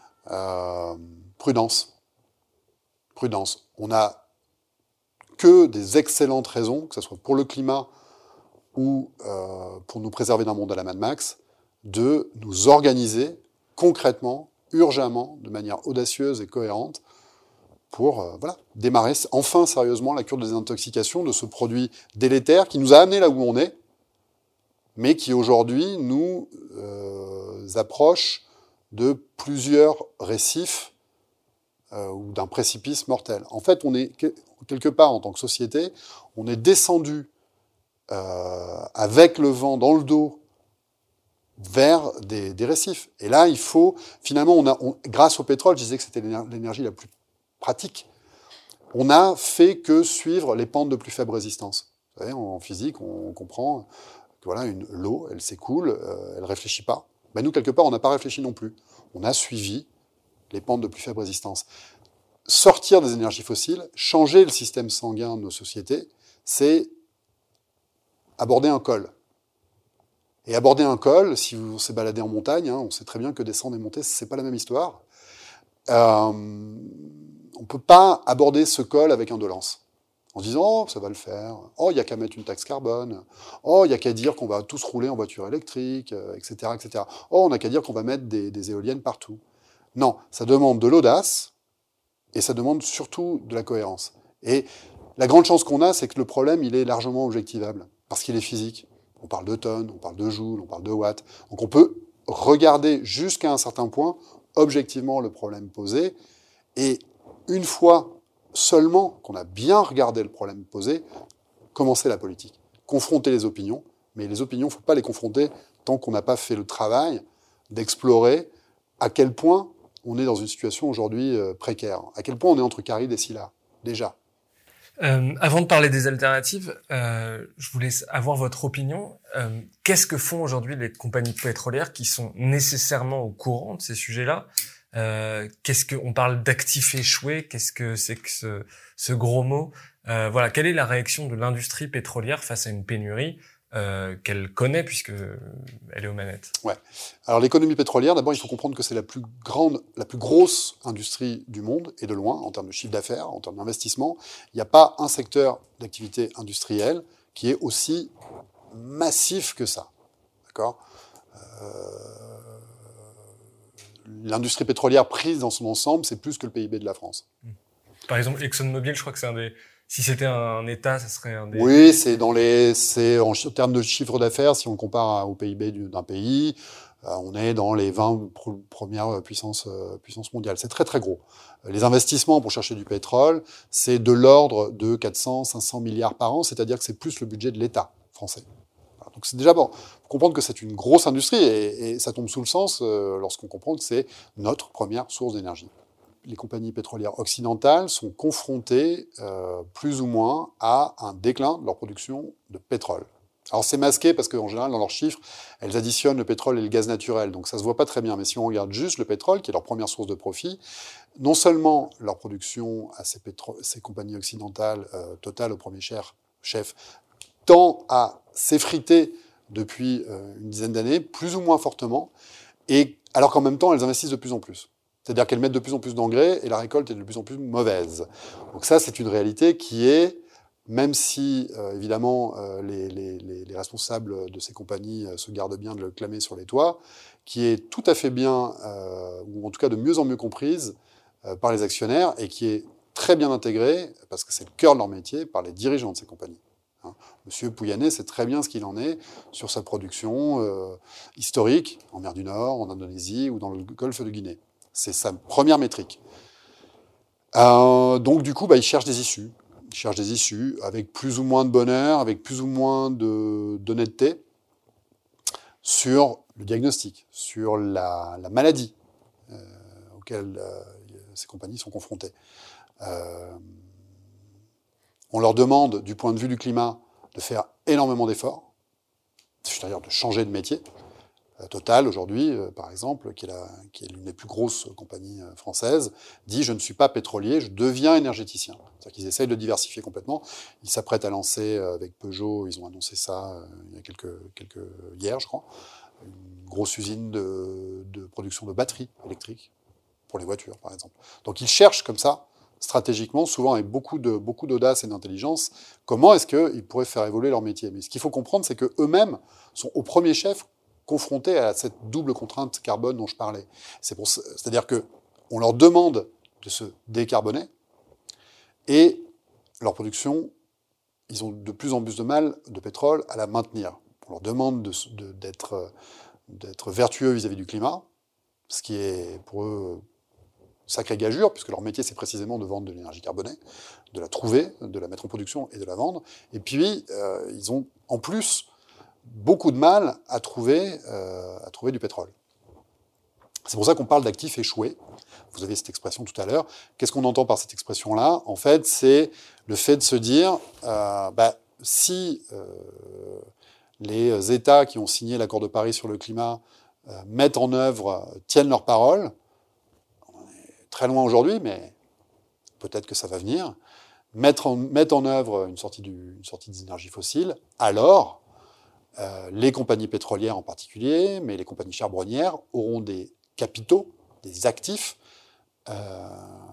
Euh, prudence, prudence. On n'a que des excellentes raisons, que ce soit pour le climat ou euh, pour nous préserver d'un monde à la Mad Max, de nous organiser concrètement, urgemment, de manière audacieuse et cohérente, pour euh, voilà, démarrer enfin sérieusement la cure de désintoxication de ce produit délétère qui nous a amené là où on est, mais qui aujourd'hui nous euh, approche de plusieurs récifs euh, ou d'un précipice mortel. En fait, on est quelque part en tant que société, on est descendu euh, avec le vent dans le dos vers des, des récifs. Et là, il faut finalement, on a, on, grâce au pétrole, je disais que c'était l'énergie la plus pratique, on a fait que suivre les pentes de plus faible résistance. Vous savez, en physique, on comprend que voilà, une, l'eau, elle s'écoule, euh, elle réfléchit pas. Ben nous, quelque part, on n'a pas réfléchi non plus. On a suivi les pentes de plus faible résistance. Sortir des énergies fossiles, changer le système sanguin de nos sociétés, c'est aborder un col. Et aborder un col, si vous s'est baladé en montagne, hein, on sait très bien que descendre et monter, c'est pas la même histoire. Euh, on ne peut pas aborder ce col avec indolence, en se disant « Oh, ça va le faire. Oh, il n'y a qu'à mettre une taxe carbone. Oh, il n'y a qu'à dire qu'on va tous rouler en voiture électrique, et cetera, et cetera. Oh, on n'a qu'à dire qu'on va mettre des, des éoliennes partout. » Non, ça demande de l'audace, et ça demande surtout de la cohérence. Et La grande chance qu'on a, c'est que le problème, il est largement objectivable, parce qu'il est physique. On parle de tonnes, on parle de joules, on parle de watts. Donc on peut regarder jusqu'à un certain point, objectivement, le problème posé. Et une fois seulement qu'on a bien regardé le problème posé, commencer la politique. Confronter les opinions. Mais les opinions, il ne faut pas les confronter tant qu'on n'a pas fait le travail d'explorer à quel point on est dans une situation aujourd'hui euh, précaire. À quel point on est entre Caride et Scylla, déjà. Euh, avant de parler des alternatives, euh, je voulais avoir votre opinion. Euh, qu'est-ce que font aujourd'hui les compagnies pétrolières qui sont nécessairement au courant de ces sujets-là? Euh, qu'est-ce que on parle d'actifs échoués? Qu'est-ce que c'est que ce, ce gros mot? Euh, voilà, quelle est la réaction de l'industrie pétrolière face à une pénurie euh, qu'elle connaît puisque elle est aux manettes? Ouais. Alors l'économie pétrolière, d'abord, il faut comprendre que c'est la plus grande, la plus grosse industrie du monde et de loin en termes de chiffre d'affaires, en termes d'investissement. Il n'y a pas un secteur d'activité industrielle qui est aussi massif que ça. D'accord. Euh, L'industrie pétrolière prise dans son ensemble, c'est plus que le P I B de la France. Par exemple, ExxonMobil, je crois que c'est un des... Si c'était un État, ça serait un des... Oui, c'est dans les... C'est en termes de chiffre d'affaires, si on compare au P I B d'un pays, euh, on est dans les vingt pr- premières puissances, euh, puissances mondiales. C'est très, très gros. Les investissements pour chercher du pétrole, c'est de l'ordre de quatre cents, cinq cents milliards par an, c'est-à-dire que c'est plus le budget de l'État français. Donc c'est déjà bon. Faut comprendre que c'est une grosse industrie et, et ça tombe sous le sens euh, lorsqu'on comprend que c'est notre première source d'énergie. Les compagnies pétrolières occidentales sont confrontées euh, plus ou moins à un déclin de leur production de pétrole. Alors c'est masqué parce qu'en général dans leurs chiffres, elles additionnent le pétrole et le gaz naturel, donc ça se voit pas très bien. Mais si on regarde juste le pétrole, qui est leur première source de profit, non seulement leur production à ces, pétro- ces compagnies occidentales, euh, Total au premier chef, chef tend à s'effriter depuis euh, une dizaine d'années, plus ou moins fortement, et alors qu'en même temps, elles investissent de plus en plus. C'est-à-dire qu'elles mettent de plus en plus d'engrais et la récolte est de plus en plus mauvaise. Donc ça, c'est une réalité qui est, même si, euh, évidemment, euh, les, les, les responsables de ces compagnies euh, se gardent bien de le clamer sur les toits, qui est tout à fait bien, euh, ou en tout cas de mieux en mieux comprise euh, par les actionnaires et qui est très bien intégrée, parce que c'est le cœur de leur métier, par les dirigeants de ces compagnies. Monsieur Pouyanné sait très bien ce qu'il en est sur sa production euh, historique en mer du Nord, en Indonésie ou dans le golfe de Guinée. C'est sa première métrique. Euh, donc du coup, bah, il cherche des issues. Il cherche des issues avec plus ou moins de bonheur, avec plus ou moins de, d'honnêteté sur le diagnostic, sur la, la maladie euh, auquel euh, ces compagnies sont confrontées. Euh, on leur demande, du point de vue du climat, de faire énormément d'efforts, c'est-à-dire de changer de métier. Total, aujourd'hui, euh, par exemple, qui est, la, qui est l'une des plus grosses compagnies euh, françaises, dit « je ne suis pas pétrolier, je deviens énergéticien ». C'est-à-dire qu'ils essayent de diversifier complètement. Ils s'apprêtent à lancer, euh, avec Peugeot, ils ont annoncé ça euh, il y a quelques, quelques hier, je crois, une grosse usine de, de production de batteries électriques pour les voitures, par exemple. Donc ils cherchent comme ça, stratégiquement, souvent avec beaucoup de beaucoup d'audace et d'intelligence, comment est-ce qu'ils pourraient faire évoluer leur métier. Mais ce qu'il faut comprendre, c'est qu'eux-mêmes sont au premier chef confrontés à cette double contrainte carbone dont je parlais. C'est pour, c'est-à-dire que on leur demande de se décarboner et leur production, ils ont de plus en plus de mal de pétrole à la maintenir. On leur demande de, de, d'être, d'être vertueux vis-à-vis du climat, ce qui est pour eux sacrée gageure, puisque leur métier, c'est précisément de vendre de l'énergie carbonée, de la trouver, de la mettre en production et de la vendre. Et puis, euh, ils ont en plus beaucoup de mal à trouver, euh, à trouver du pétrole. C'est pour ça qu'on parle d'actifs échoués. Vous avez cette expression tout à l'heure. Qu'est-ce qu'on entend par cette expression-là ? En fait, c'est le fait de se dire, euh, bah, si euh, les États qui ont signé l'accord de Paris sur le climat euh, mettent en œuvre, tiennent leurs paroles, très loin aujourd'hui, mais peut-être que ça va venir, mettre en, mettre en œuvre une sortie, du, une sortie des énergies fossiles, alors euh, les compagnies pétrolières en particulier, mais les compagnies charbonnières auront des capitaux, des actifs euh,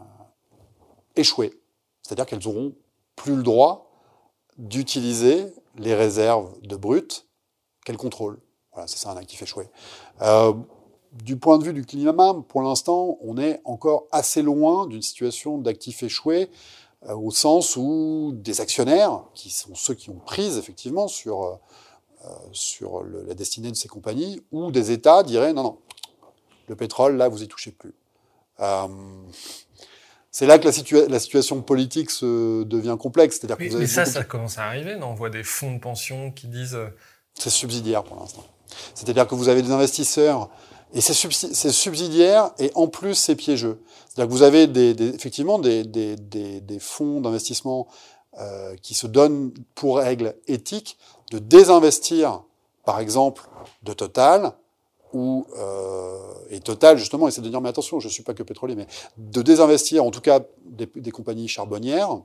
échoués. C'est-à-dire qu'elles n'auront plus le droit d'utiliser les réserves de brut qu'elles contrôlent. Voilà, c'est ça un actif échoué. Euh, Du point de vue du climat, pour l'instant, on est encore assez loin d'une situation d'actifs échoués euh, au sens où des actionnaires, qui sont ceux qui ont prise effectivement sur, euh, sur le, la destinée de ces compagnies, ou des États diraient non, non, le pétrole, là, vous y touchez plus. Euh, c'est là que la, situa- la situation politique se devient complexe. C'est-à-dire que mais, vous avez mais ça, beaucoup... ça commence à arriver, non? On voit des fonds de pension qui disent... Euh... C'est subsidiaire pour l'instant. C'est-à-dire que vous avez des investisseurs, et c'est, subsi- c'est subsidiaire, et en plus, c'est piégeux. C'est-à-dire que vous avez des, des, effectivement des, des, des, des fonds d'investissement euh, qui se donnent pour règle éthique de désinvestir, par exemple, de Total, ou euh, et Total, justement, essaie de dire, mais attention, je ne suis pas que pétrolier, mais de désinvestir, en tout cas, des, des compagnies charbonnières,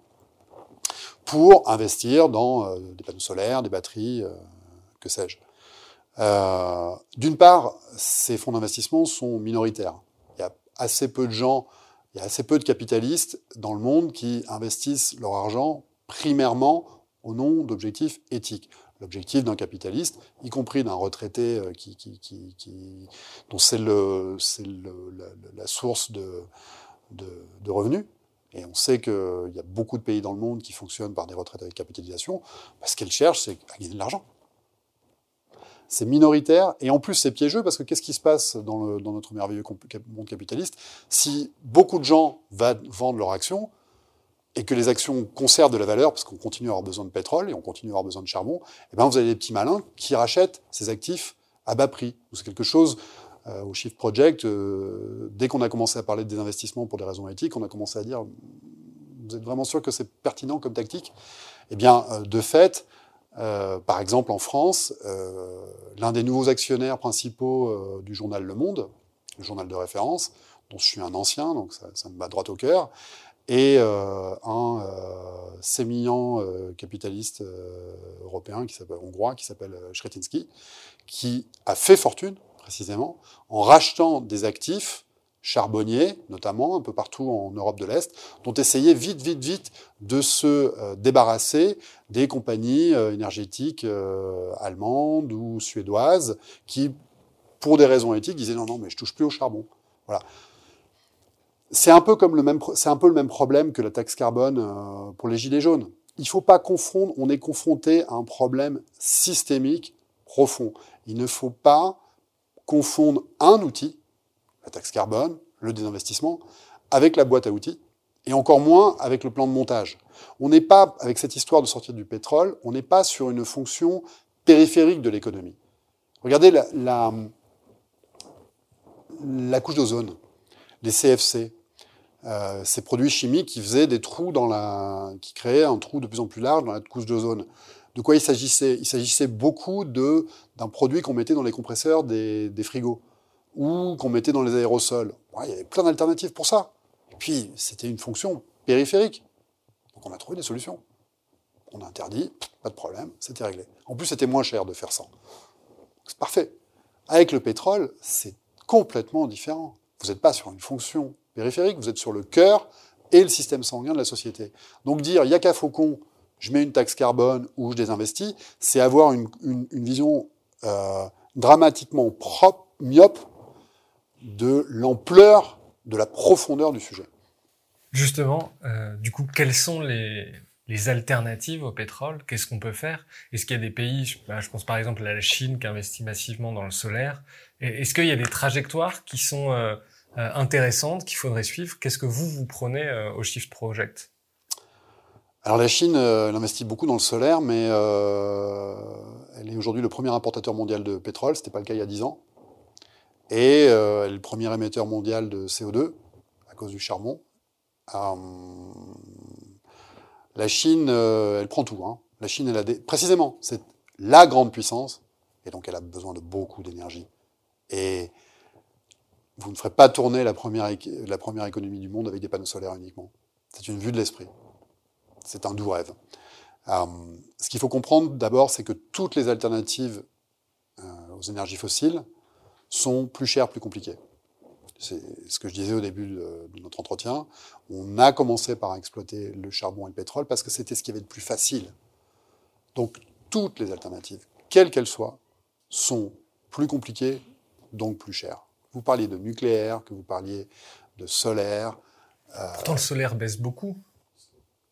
pour investir dans euh, des panneaux solaires, des batteries, euh, que sais-je. Euh, d'une part, ces fonds d'investissement sont minoritaires. Il y a assez peu de gens, il y a assez peu de capitalistes dans le monde qui investissent leur argent primairement au nom d'objectifs éthiques. L'objectif d'un capitaliste, y compris d'un retraité qui, qui, qui, qui, dont c'est, le, c'est le, la, la source de, de, de revenus. Et on sait qu'il y a beaucoup de pays dans le monde qui fonctionnent par des retraites avec capitalisation. Parce ce qu'elles cherchent, c'est à gagner de l'argent. C'est minoritaire, et en plus c'est piégeux, parce que qu'est-ce qui se passe dans, le, dans notre merveilleux monde capitaliste? Si beaucoup de gens va, vendent leurs actions, et que les actions conservent de la valeur, parce qu'on continue à avoir besoin de pétrole, et on continue à avoir besoin de charbon, et ben vous avez des petits malins qui rachètent ces actifs à bas prix. C'est quelque chose, euh, au Shift Project, euh, dès qu'on a commencé à parler de désinvestissement pour des raisons éthiques, on a commencé à dire, vous êtes vraiment sûr que c'est pertinent comme tactique? Eh bien, euh, de fait, Euh, par exemple, en France, euh, l'un des nouveaux actionnaires principaux euh, du journal Le Monde, le journal de référence, dont je suis un ancien, donc ça, ça me bat droit au cœur, et euh, un euh, sémillant euh, capitaliste euh, européen, qui s'appelle, hongrois, qui s'appelle euh, Chrétiensky, qui a fait fortune, précisément, en rachetant des actifs charbonniers, notamment, un peu partout en Europe de l'Est, dont essayaient vite, vite, vite de se euh, débarrasser des compagnies euh, énergétiques euh, allemandes ou suédoises qui, pour des raisons éthiques, disaient non, non, mais je touche plus au charbon. Voilà. C'est un peu comme le même, c'est un peu le même problème que la taxe carbone euh, pour les gilets jaunes. Il ne faut pas confondre, on est confronté à un problème systémique profond. Il ne faut pas confondre un outil, la taxe carbone, le désinvestissement, avec la boîte à outils, et encore moins avec le plan de montage. On n'est pas, avec cette histoire de sortir du pétrole, on n'est pas sur une fonction périphérique de l'économie. Regardez la, la, la couche d'ozone, les C F C, euh, ces produits chimiques qui faisaient des trous dans la, qui créaient un trou de plus en plus large dans la couche d'ozone. De quoi il s'agissait? Il s'agissait beaucoup de, d'un produit qu'on mettait dans les compresseurs des, des frigos, ou qu'on mettait dans les aérosols. Ouais, il y avait plein d'alternatives pour ça. Et puis, c'était une fonction périphérique. Donc on a trouvé des solutions. On a interdit, pas de problème, c'était réglé. En plus, c'était moins cher de faire ça. C'est parfait. Avec le pétrole, c'est complètement différent. Vous n'êtes pas sur une fonction périphérique, vous êtes sur le cœur et le système sanguin de la société. Donc dire, il n'y a qu'à Faucon, je mets une taxe carbone ou je désinvestis, c'est avoir une, une, une vision euh, dramatiquement propre, myope, de l'ampleur, de la profondeur du sujet. Justement, euh, du coup, quelles sont les, les alternatives au pétrole? Qu'est-ce qu'on peut faire? Est-ce qu'il y a des pays, je, bah, je pense par exemple à la Chine qui investit massivement dans le solaire. Est-ce qu'il y a des trajectoires qui sont euh, euh, intéressantes, qu'il faudrait suivre? Qu'est-ce que vous, vous prenez euh, au Shift Project? Alors la Chine, euh, elle investit beaucoup dans le solaire, mais euh, elle est aujourd'hui le premier importateur mondial de pétrole. C'était pas le cas il y a dix ans. Et euh, elle est le premier émetteur mondial de C O deux à cause du charbon. Euh, la Chine, euh, elle prend tout. Hein. La Chine, elle a des... précisément, c'est la grande puissance, et donc elle a besoin de beaucoup d'énergie. Et vous ne ferez pas tourner la première, la première économie du monde avec des panneaux solaires uniquement. C'est une vue de l'esprit. C'est un doux rêve. Euh, ce qu'il faut comprendre d'abord, c'est que toutes les alternatives euh, aux énergies fossiles sont plus chères, plus compliquées. C'est ce que je disais au début de, de notre entretien. On a commencé par exploiter le charbon et le pétrole parce que c'était ce qui avait de plus facile. Donc toutes les alternatives, quelles qu'elles soient, sont plus compliquées, donc plus chères. Vous parliez de nucléaire, que vous parliez de solaire. Euh... Pourtant le solaire baisse beaucoup.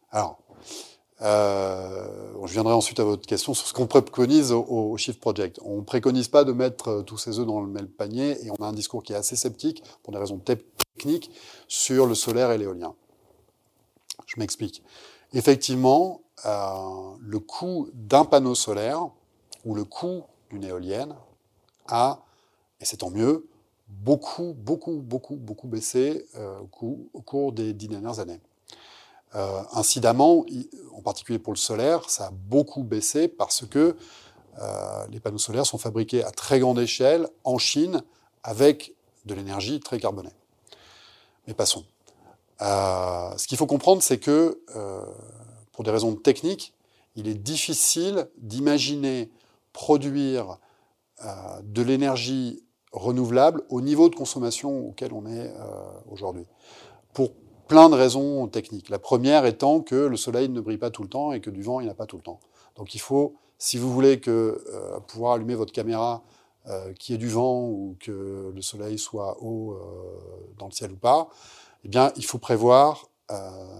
Alors, euh, je viendrai ensuite à votre question sur ce qu'on préconise au, au Shift Project. On ne préconise pas de mettre tous ses œufs dans le même panier et on a un discours qui est assez sceptique, pour des raisons techniques, sur le solaire et l'éolien. Je m'explique. Effectivement, euh, le coût d'un panneau solaire ou le coût d'une éolienne a, et c'est tant mieux, beaucoup, beaucoup, beaucoup, beaucoup baissé euh, au, coût, au cours des dix dernières années. Euh, incidemment, en particulier pour le solaire, ça a beaucoup baissé parce que euh, les panneaux solaires sont fabriqués à très grande échelle en Chine avec de l'énergie très carbonée. Mais passons. Euh, ce qu'il faut comprendre, c'est que euh, pour des raisons techniques, il est difficile d'imaginer produire euh, de l'énergie renouvelable au niveau de consommation auquel on est euh, aujourd'hui. Pour plein de raisons techniques. La première étant que le soleil ne brille pas tout le temps et que du vent, il n'y en a pas tout le temps. Donc il faut, si vous voulez que, euh, pouvoir allumer votre caméra, euh, qu'il y ait du vent ou que le soleil soit haut euh, dans le ciel ou pas, eh bien, il faut prévoir euh,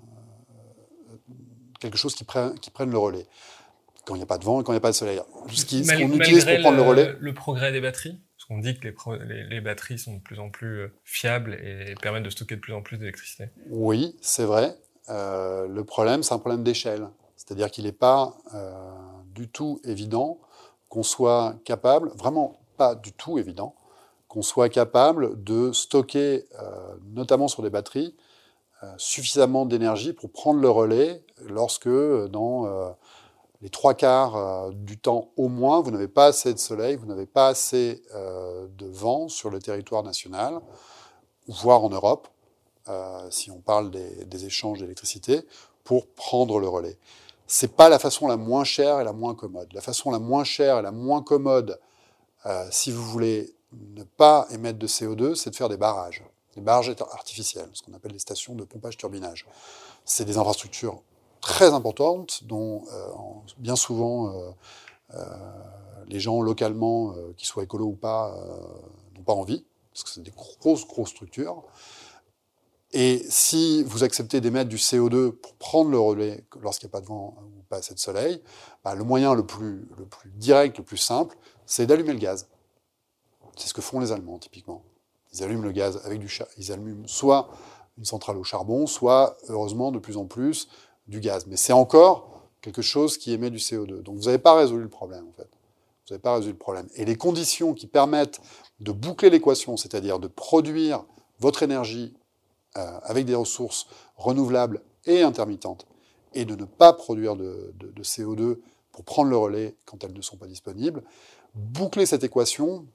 quelque chose qui prenne, qui prenne le relais. Quand il n'y a pas de vent et quand il n'y a pas de soleil. Ce, qui, Mal, ce qu'on utilise pour prendre le, le relais. Le progrès des batteries, parce qu'on dit que les, pro, les, les batteries sont de plus en plus fiables et permettent de stocker de plus en plus d'électricité. Oui, c'est vrai. Euh, le problème, c'est un problème d'échelle. C'est-à-dire qu'il n'est pas euh, du tout évident qu'on soit capable, vraiment pas du tout évident, qu'on soit capable de stocker, euh, notamment sur des batteries, euh, suffisamment d'énergie pour prendre le relais lorsque, dans euh, les trois quarts euh, du temps au moins, vous n'avez pas assez de soleil, vous n'avez pas assez euh, de vent sur le territoire national, voire en Europe, euh, si on parle des, des échanges d'électricité, pour prendre le relais. C'est pas la façon la moins chère et la moins commode. La façon la moins chère et la moins commode, euh, si vous voulez ne pas émettre de C O deux, c'est de faire des barrages, des barrages artificiels, ce qu'on appelle des stations de pompage-turbinage. C'est des infrastructures très importantes dont euh, bien souvent euh, euh, les gens localement, euh, qu'ils soient écolos ou pas, euh, n'ont pas envie, parce que c'est des grosses, grosses structures. Et si vous acceptez d'émettre du C O deux pour prendre le relais lorsqu'il n'y a pas de vent ou pas assez de soleil, bah, le moyen le plus, le plus direct, le plus simple, c'est d'allumer le gaz. C'est ce que font les Allemands, typiquement. Ils allument le gaz avec du char... Ils allument soit une centrale au charbon, soit, heureusement, de plus en plus, du gaz. Mais c'est encore quelque chose qui émet du C O deux. Donc vous n'avez pas résolu le problème, en fait. Vous n'avez pas résolu le problème. Et les conditions qui permettent de boucler l'équation, c'est-à-dire de produire votre énergie euh, avec des ressources renouvelables et intermittentes, et de ne pas produire de, de, de C O deux pour prendre le relais quand elles ne sont pas disponibles, boucler cette équation,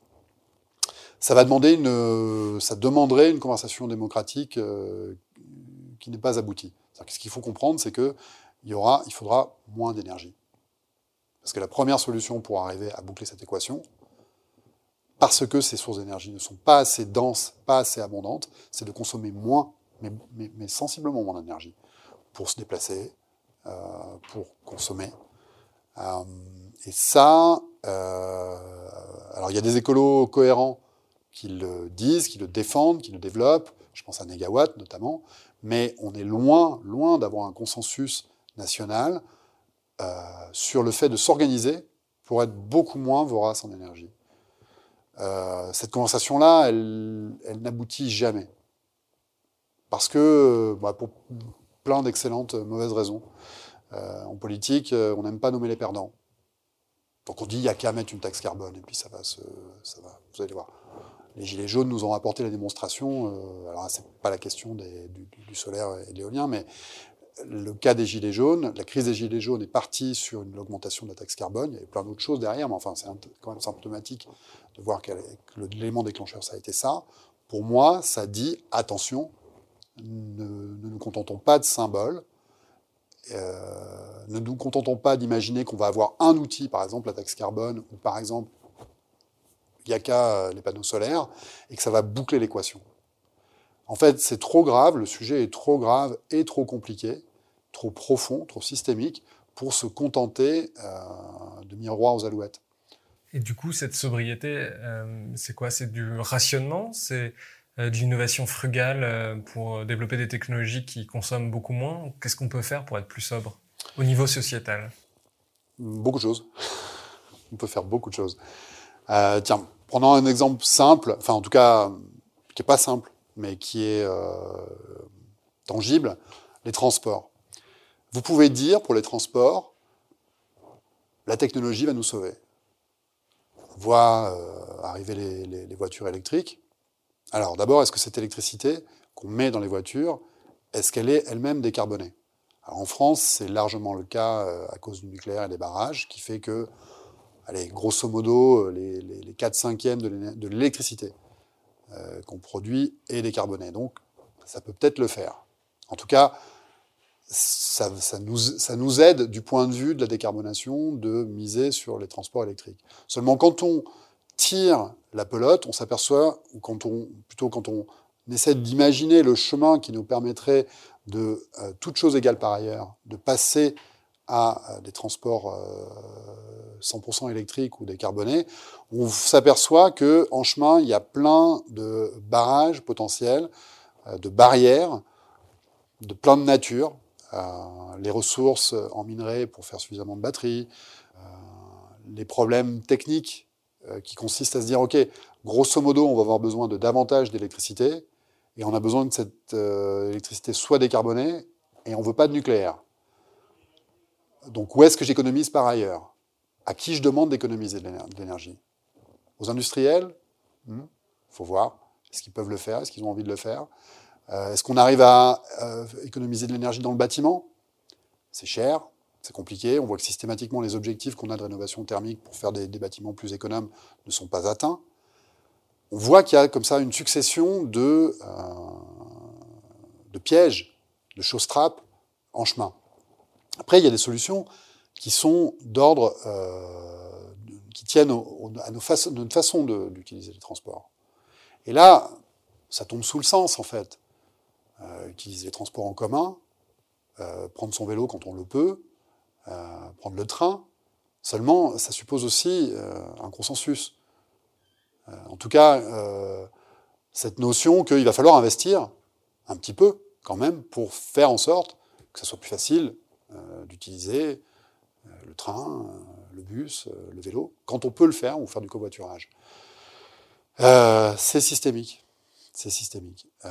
ça va demander une, ça demanderait une conversation démocratique euh, qui n'est pas aboutie. C'est-à-dire que ce qu'il faut comprendre, c'est que il y aura, il faudra moins d'énergie. Parce que la première solution pour arriver à boucler cette équation, parce que ces sources d'énergie ne sont pas assez denses, pas assez abondantes, c'est de consommer moins, mais, mais, mais sensiblement moins d'énergie, pour se déplacer, euh, pour consommer. Euh, et ça, euh, alors il y a des écolos cohérents qui le disent, qui le défendent, qui le développent, je pense à Negawatt notamment, mais on est loin, loin d'avoir un consensus national euh, sur le fait de s'organiser pour être beaucoup moins vorace en énergie. Euh, cette conversation-là, elle, elle n'aboutit jamais. Parce que, bah, pour plein d'excellentes mauvaises raisons. Euh, en politique, on n'aime pas nommer les perdants. Donc on dit, il n'y a qu'à mettre une taxe carbone, et puis ça va, se, ça va, vous allez voir. Les Gilets jaunes nous ont apporté la démonstration, euh, alors c'est pas la question des, du, du solaire et de l'éolien, mais le cas des Gilets jaunes, la crise des Gilets jaunes est partie sur une augmentation de la taxe carbone, il y avait plein d'autres choses derrière, mais enfin c'est quand même symptomatique de voir que l'élément déclencheur, ça a été ça. Pour moi, ça dit, attention, ne, ne nous contentons pas de symboles, euh, ne nous contentons pas d'imaginer qu'on va avoir un outil, par exemple la taxe carbone, ou par exemple il n'y a qu'à les panneaux solaires, et que ça va boucler l'équation. En fait, c'est trop grave, le sujet est trop grave et trop compliqué, trop profond, trop systémique, pour se contenter euh, de miroirs aux alouettes. Et du coup, cette sobriété, euh, c'est quoi? C'est du rationnement? C'est euh, de l'innovation frugale euh, pour développer des technologies qui consomment beaucoup moins? Qu'est-ce qu'on peut faire pour être plus sobre au niveau sociétal? Beaucoup de choses. On peut faire beaucoup de choses. Euh, tiens, prenons un exemple simple, enfin en tout cas qui n'est pas simple, mais qui est euh, tangible, les transports. Vous pouvez dire pour les transports, la technologie va nous sauver. On voit euh, arriver les, les, les voitures électriques. Alors d'abord, est-ce que cette électricité qu'on met dans les voitures, est-ce qu'elle est elle-même décarbonée? Alors, en France, c'est largement le cas euh, à cause du nucléaire et des barrages, qui fait que, allez, grosso modo, les, les, les quatre cinquièmes de l'électricité euh, qu'on produit est décarbonée. Donc, ça peut peut-être le faire. En tout cas, ça, ça, nous, ça nous aide du point de vue de la décarbonation de miser sur les transports électriques. Seulement, quand on tire la pelote, on s'aperçoit, ou quand on, plutôt quand on essaie d'imaginer le chemin qui nous permettrait de, euh, toutes choses égales par ailleurs, de passer à euh, des transports euh, cent pour cent électriques ou décarbonés, on s'aperçoit qu'en chemin, il y a plein de barrages potentiels, euh, de barrières, de plein de nature, euh, les ressources en minerais pour faire suffisamment de batteries, euh, les problèmes techniques euh, qui consistent à se dire, OK, grosso modo, on va avoir besoin de davantage d'électricité, et on a besoin que cette euh, électricité soit décarbonée, et on ne veut pas de nucléaire. Donc où est-ce que j'économise par ailleurs? À qui je demande d'économiser de l'énergie? Aux industriels? Il hmm. faut voir. Est-ce qu'ils peuvent le faire? Est-ce qu'ils ont envie de le faire? euh, Est-ce qu'on arrive à euh, économiser de l'énergie dans le bâtiment? C'est cher, c'est compliqué. On voit que systématiquement, les objectifs qu'on a de rénovation thermique pour faire des, des bâtiments plus économes ne sont pas atteints. On voit qu'il y a comme ça une succession de, euh, de pièges, de choses-trappes en chemin. Après, il y a des solutions qui sont d'ordre, euh, qui tiennent au, au, à nos façons, notre façon d'utiliser les transports. Et là, ça tombe sous le sens, en fait. Euh, utiliser les transports en commun, euh, prendre son vélo quand on le peut, euh, prendre le train. Seulement, ça suppose aussi euh, un consensus. Euh, en tout cas, euh, cette notion qu'il va falloir investir un petit peu, quand même, pour faire en sorte que ça soit plus facile euh, d'utiliser euh, le train, euh, le bus, euh, le vélo, quand on peut le faire, ou faire du covoiturage. Euh, c'est systémique. C'est systémique. Euh,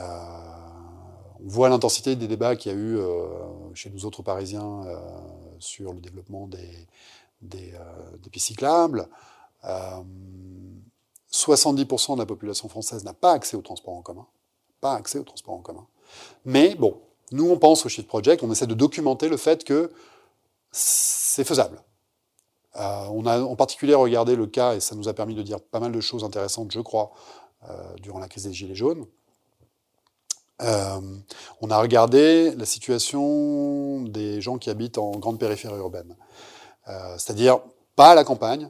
on voit l'intensité des débats qu'il y a eu euh, chez nous autres Parisiens euh, sur le développement des, des, euh, des pistes cyclables. Euh, soixante-dix pour cent de la population française n'a pas accès au transport en commun. Pas accès au transport en commun. Mais bon, nous on pense au Shift Project, on essaie de documenter le fait que c'est faisable. Euh, on a en particulier regardé le cas, et ça nous a permis de dire pas mal de choses intéressantes, je crois, euh, durant la crise des Gilets jaunes. Euh, on a regardé la situation des gens qui habitent en grande périphérie urbaine. Euh, c'est-à-dire pas à la campagne,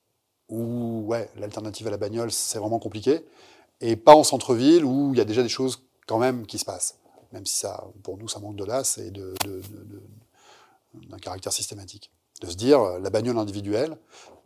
où ouais, l'alternative à la bagnole, c'est vraiment compliqué, et pas en centre-ville, où il y a déjà des choses quand même qui se passent. Même si ça, pour nous, ça manque de l'as et de, de, de, de, d'un caractère systématique. De se dire, la bagnole individuelle,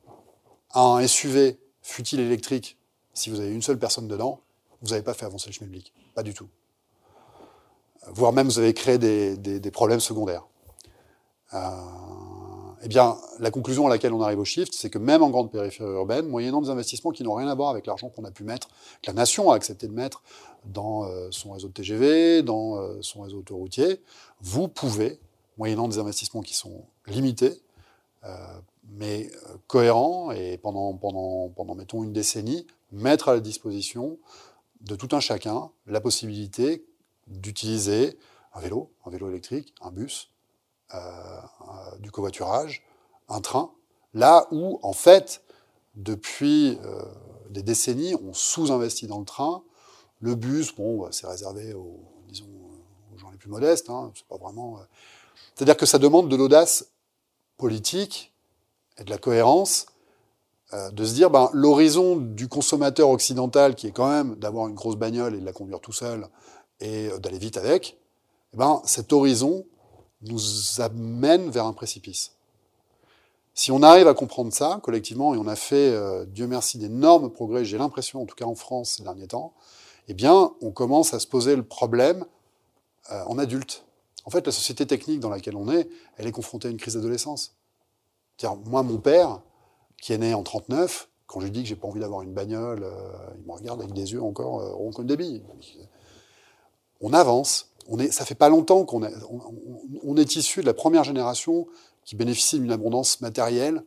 un S U V, fût-il électrique, si vous avez une seule personne dedans, vous n'avez pas fait avancer le schmilblick. Pas du tout. Voire même, vous avez créé des, des, des problèmes secondaires. Euh, eh bien, la conclusion à laquelle on arrive au Shift, c'est que même en grande périphérie urbaine, moyennant des investissements qui n'ont rien à voir avec l'argent qu'on a pu mettre, que la nation a accepté de mettre dans euh, son réseau de T G V, dans euh, son réseau autoroutier, vous pouvez, moyennant des investissements qui sont limités, euh, mais euh, cohérents, et pendant, pendant, pendant, mettons, une décennie, mettre à la disposition de tout un chacun la possibilité d'utiliser un vélo, un vélo électrique, un bus, euh, euh, du covoiturage, un train, là où, en fait, depuis euh, des décennies, on sous-investit dans le train. Le bus, bon, bah, c'est réservé aux, disons, aux gens les plus modestes, hein, c'est pas vraiment... Euh... C'est-à-dire que ça demande de l'audace politique et de la cohérence, euh, de se dire, ben, l'horizon du consommateur occidental, qui est quand même d'avoir une grosse bagnole et de la conduire tout seul, et d'aller vite avec, eh ben, cet horizon nous amène vers un précipice. Si on arrive à comprendre ça, collectivement, et on a fait, euh, Dieu merci, d'énormes progrès, j'ai l'impression, en tout cas en France ces derniers temps, eh bien, on commence à se poser le problème euh, en adulte. En fait, la société technique dans laquelle on est, elle est confrontée à une crise d'adolescence. C'est-à-dire, moi, mon père, qui est né en trente-neuf, quand je lui dis que j'ai pas envie d'avoir une bagnole, euh, il me regarde avec des yeux encore euh, ronds comme des billes. On avance. On est, ça fait pas longtemps qu'on est, on, on, on est issu de la première génération qui bénéficie d'une abondance matérielle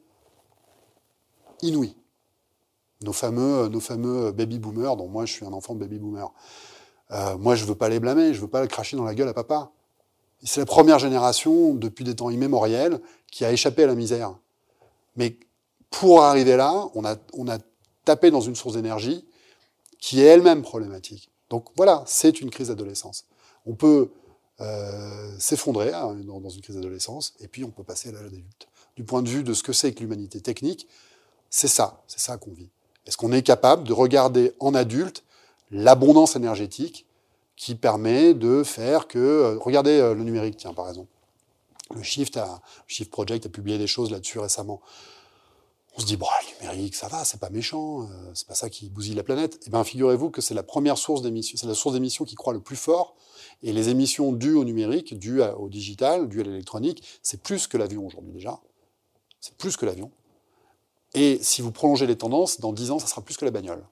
inouïe. Nos fameux, nos fameux baby-boomers, dont moi je suis un enfant de baby-boomer. Euh, moi je veux pas les blâmer, je veux pas le cracher dans la gueule à papa. C'est la première génération, depuis des temps immémoriels, qui a échappé à la misère. Mais pour arriver là, on a, on a tapé dans une source d'énergie qui est elle-même problématique. Donc voilà, c'est une crise d'adolescence. On peut euh, s'effondrer hein, dans, dans une crise d'adolescence, et puis on peut passer à l'âge adulte. Du point de vue de ce que c'est que l'humanité technique, c'est ça, c'est ça qu'on vit. Est-ce qu'on est capable de regarder en adulte l'abondance énergétique qui permet de faire que... Euh, regardez euh, le numérique, tiens, par exemple. Le Shift, a, le Shift Project a publié des choses là-dessus récemment. On se dit, bon, le numérique, ça va, c'est pas méchant, euh, c'est pas ça qui bousille la planète. Eh bien, figurez-vous que c'est la première source d'émissions, c'est la source d'émissions qui croît le plus fort. Et les émissions dues au numérique, dues à, au digital, dues à l'électronique, c'est plus que l'avion aujourd'hui déjà. C'est plus que l'avion. Et si vous prolongez les tendances, dans dix ans, ça sera plus que la bagnole.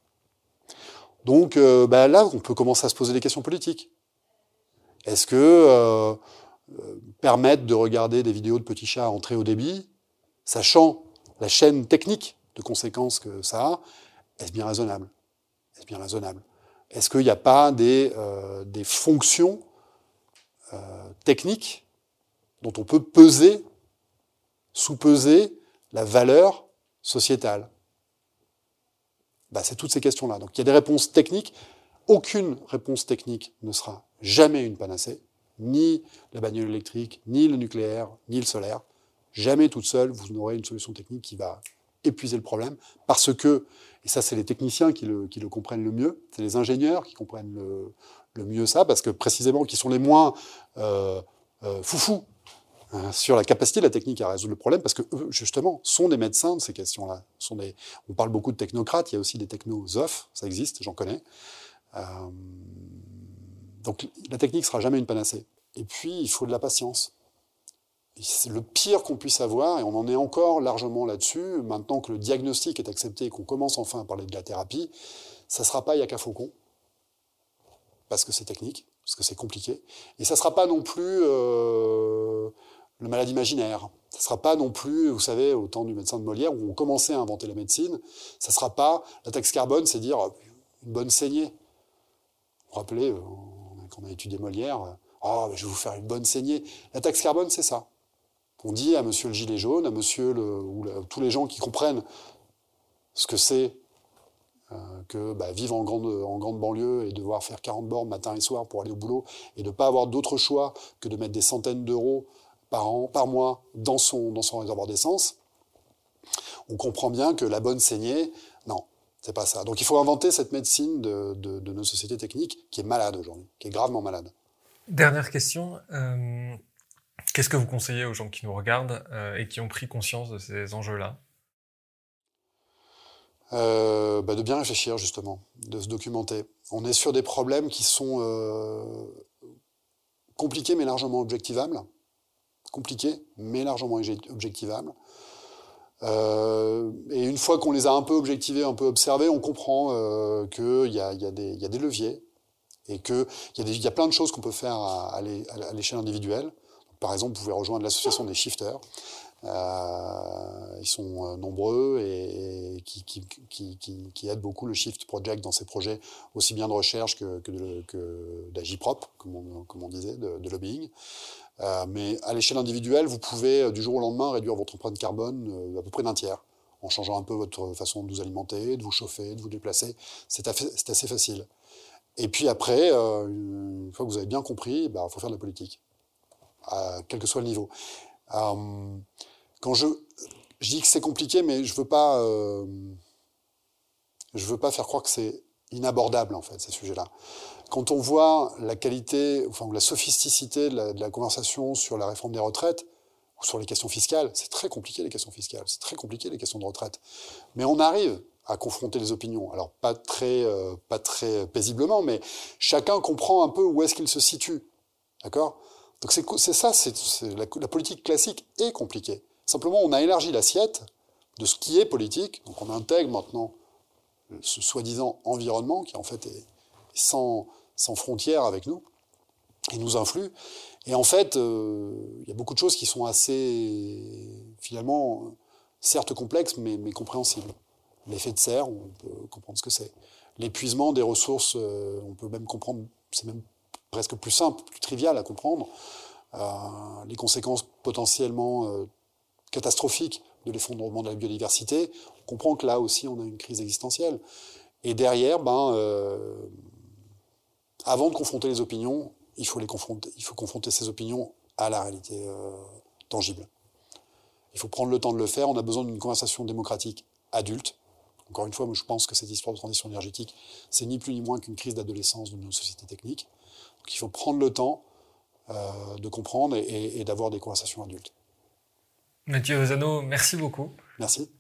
Donc euh, bah là, on peut commencer à se poser des questions politiques. Est-ce que euh, euh, permettre de regarder des vidéos de petits chats en très haut débit, sachant la chaîne technique de conséquences que ça a, est-ce bien raisonnable? Est-ce bien raisonnable? Est-ce qu'il n'y a pas des, euh, des fonctions euh, techniques dont on peut peser, sous-peser la valeur sociétale? Bah, c'est toutes ces questions-là. Donc il y a des réponses techniques. Aucune réponse technique ne sera jamais une panacée. Ni la bagnole électrique, ni le nucléaire, ni le solaire. Jamais toute seule, vous n'aurez une solution technique qui va épuiser le problème. Parce que, et ça c'est les techniciens qui le, qui le comprennent le mieux, c'est les ingénieurs qui comprennent le, le mieux ça, parce que précisément, qui sont les moins euh, euh, foufous hein, sur la capacité de la technique à résoudre le problème, parce que eux, justement, sont des médecins de ces questions-là. Sont des, on parle beaucoup de technocrates, il y a aussi des technosophes, ça existe, j'en connais. Euh, donc la technique ne sera jamais une panacée. Et puis, il faut de la patience. C'est le pire qu'on puisse avoir, et on en est encore largement là-dessus, maintenant que le diagnostic est accepté et qu'on commence enfin à parler de la thérapie, ça ne sera pas Yaka Faucon, parce que c'est technique, parce que c'est compliqué, et ça ne sera pas non plus euh, le malade imaginaire, ça ne sera pas non plus, vous savez, au temps du médecin de Molière, où on commençait à inventer la médecine, ça ne sera pas, la taxe carbone, c'est dire une bonne saignée. Vous vous rappelez, quand on a étudié Molière, oh, je vais vous faire une bonne saignée. La taxe carbone, c'est ça. On dit à monsieur le gilet jaune, à monsieur le, ou la, tous les gens qui comprennent ce que c'est euh, que bah, vivre en grande, en grande banlieue et devoir faire quarante bornes matin et soir pour aller au boulot et de ne pas avoir d'autre choix que de mettre des centaines d'euros par an, par mois dans son, dans son réservoir d'essence, on comprend bien que la bonne saignée, non, c'est pas ça. Donc il faut inventer cette médecine de, de, de nos sociétés techniques qui est malade aujourd'hui, qui est gravement malade. Dernière question. Euh... Qu'est-ce que vous conseillez aux gens qui nous regardent euh, et qui ont pris conscience de ces enjeux-là? euh, bah De bien réfléchir, justement, de se documenter. On est sur des problèmes qui sont euh, compliqués mais largement objectivables. Compliqués mais largement objectivables. Euh, et une fois qu'on les a un peu objectivés, un peu observés, on comprend euh, qu'il y a, y a des, y a des leviers et qu'il y, y a plein de choses qu'on peut faire à, à l'échelle individuelle. Par exemple, vous pouvez rejoindre l'association des shifters. Euh, ils sont nombreux et, et qui, qui, qui, qui, qui aident beaucoup le Shift Project dans ses projets, aussi bien de recherche que, que, de, que d'Agiprop, comme on, comme on disait, de, de lobbying. Euh, mais à l'échelle individuelle, vous pouvez du jour au lendemain réduire votre empreinte carbone à peu près d'un tiers, en changeant un peu votre façon de vous alimenter, de vous chauffer, de vous déplacer. C'est assez, c'est assez facile. Et puis après, euh, une fois que vous avez bien compris, bah, faut faire de la politique. À quel que soit le niveau. Euh, quand je, je dis que c'est compliqué, mais je veux pas, euh, je veux pas faire croire que c'est inabordable en fait ces sujets-là. Quand on voit la qualité, enfin ou la sophisticité de la, de la conversation sur la réforme des retraites ou sur les questions fiscales, c'est très compliqué les questions fiscales, c'est très compliqué les questions de retraite. Mais on arrive à confronter les opinions. Alors pas très, euh, pas très paisiblement, mais chacun comprend un peu où est-ce qu'il se situe. D'accord ? Donc c'est, c'est ça, c'est, c'est la, la politique classique est compliquée. Simplement, on a élargi l'assiette de ce qui est politique. Donc on intègre maintenant ce soi-disant environnement qui en fait est sans, sans frontières avec nous et nous influe. Et en fait, euh, il y a beaucoup de choses qui sont assez, finalement, certes complexes, mais, mais compréhensibles. L'effet de serre, on peut comprendre ce que c'est. L'épuisement des ressources, euh, on peut même comprendre, c'est même presque plus simple, plus trivial à comprendre. Euh, les conséquences potentiellement euh, catastrophiques de l'effondrement de la biodiversité, on comprend que là aussi on a une crise existentielle. Et derrière, ben, euh, avant de confronter les opinions, il faut les confronter, il faut confronter ces opinions à la réalité euh, tangible. Il faut prendre le temps de le faire. On a besoin d'une conversation démocratique adulte. Encore une fois, moi je pense que cette histoire de transition énergétique, c'est ni plus ni moins qu'une crise d'adolescence de nos sociétés techniques. Donc il faut prendre le temps euh, de comprendre et, et, et d'avoir des conversations adultes. Mathieu Ozano, merci beaucoup. Merci.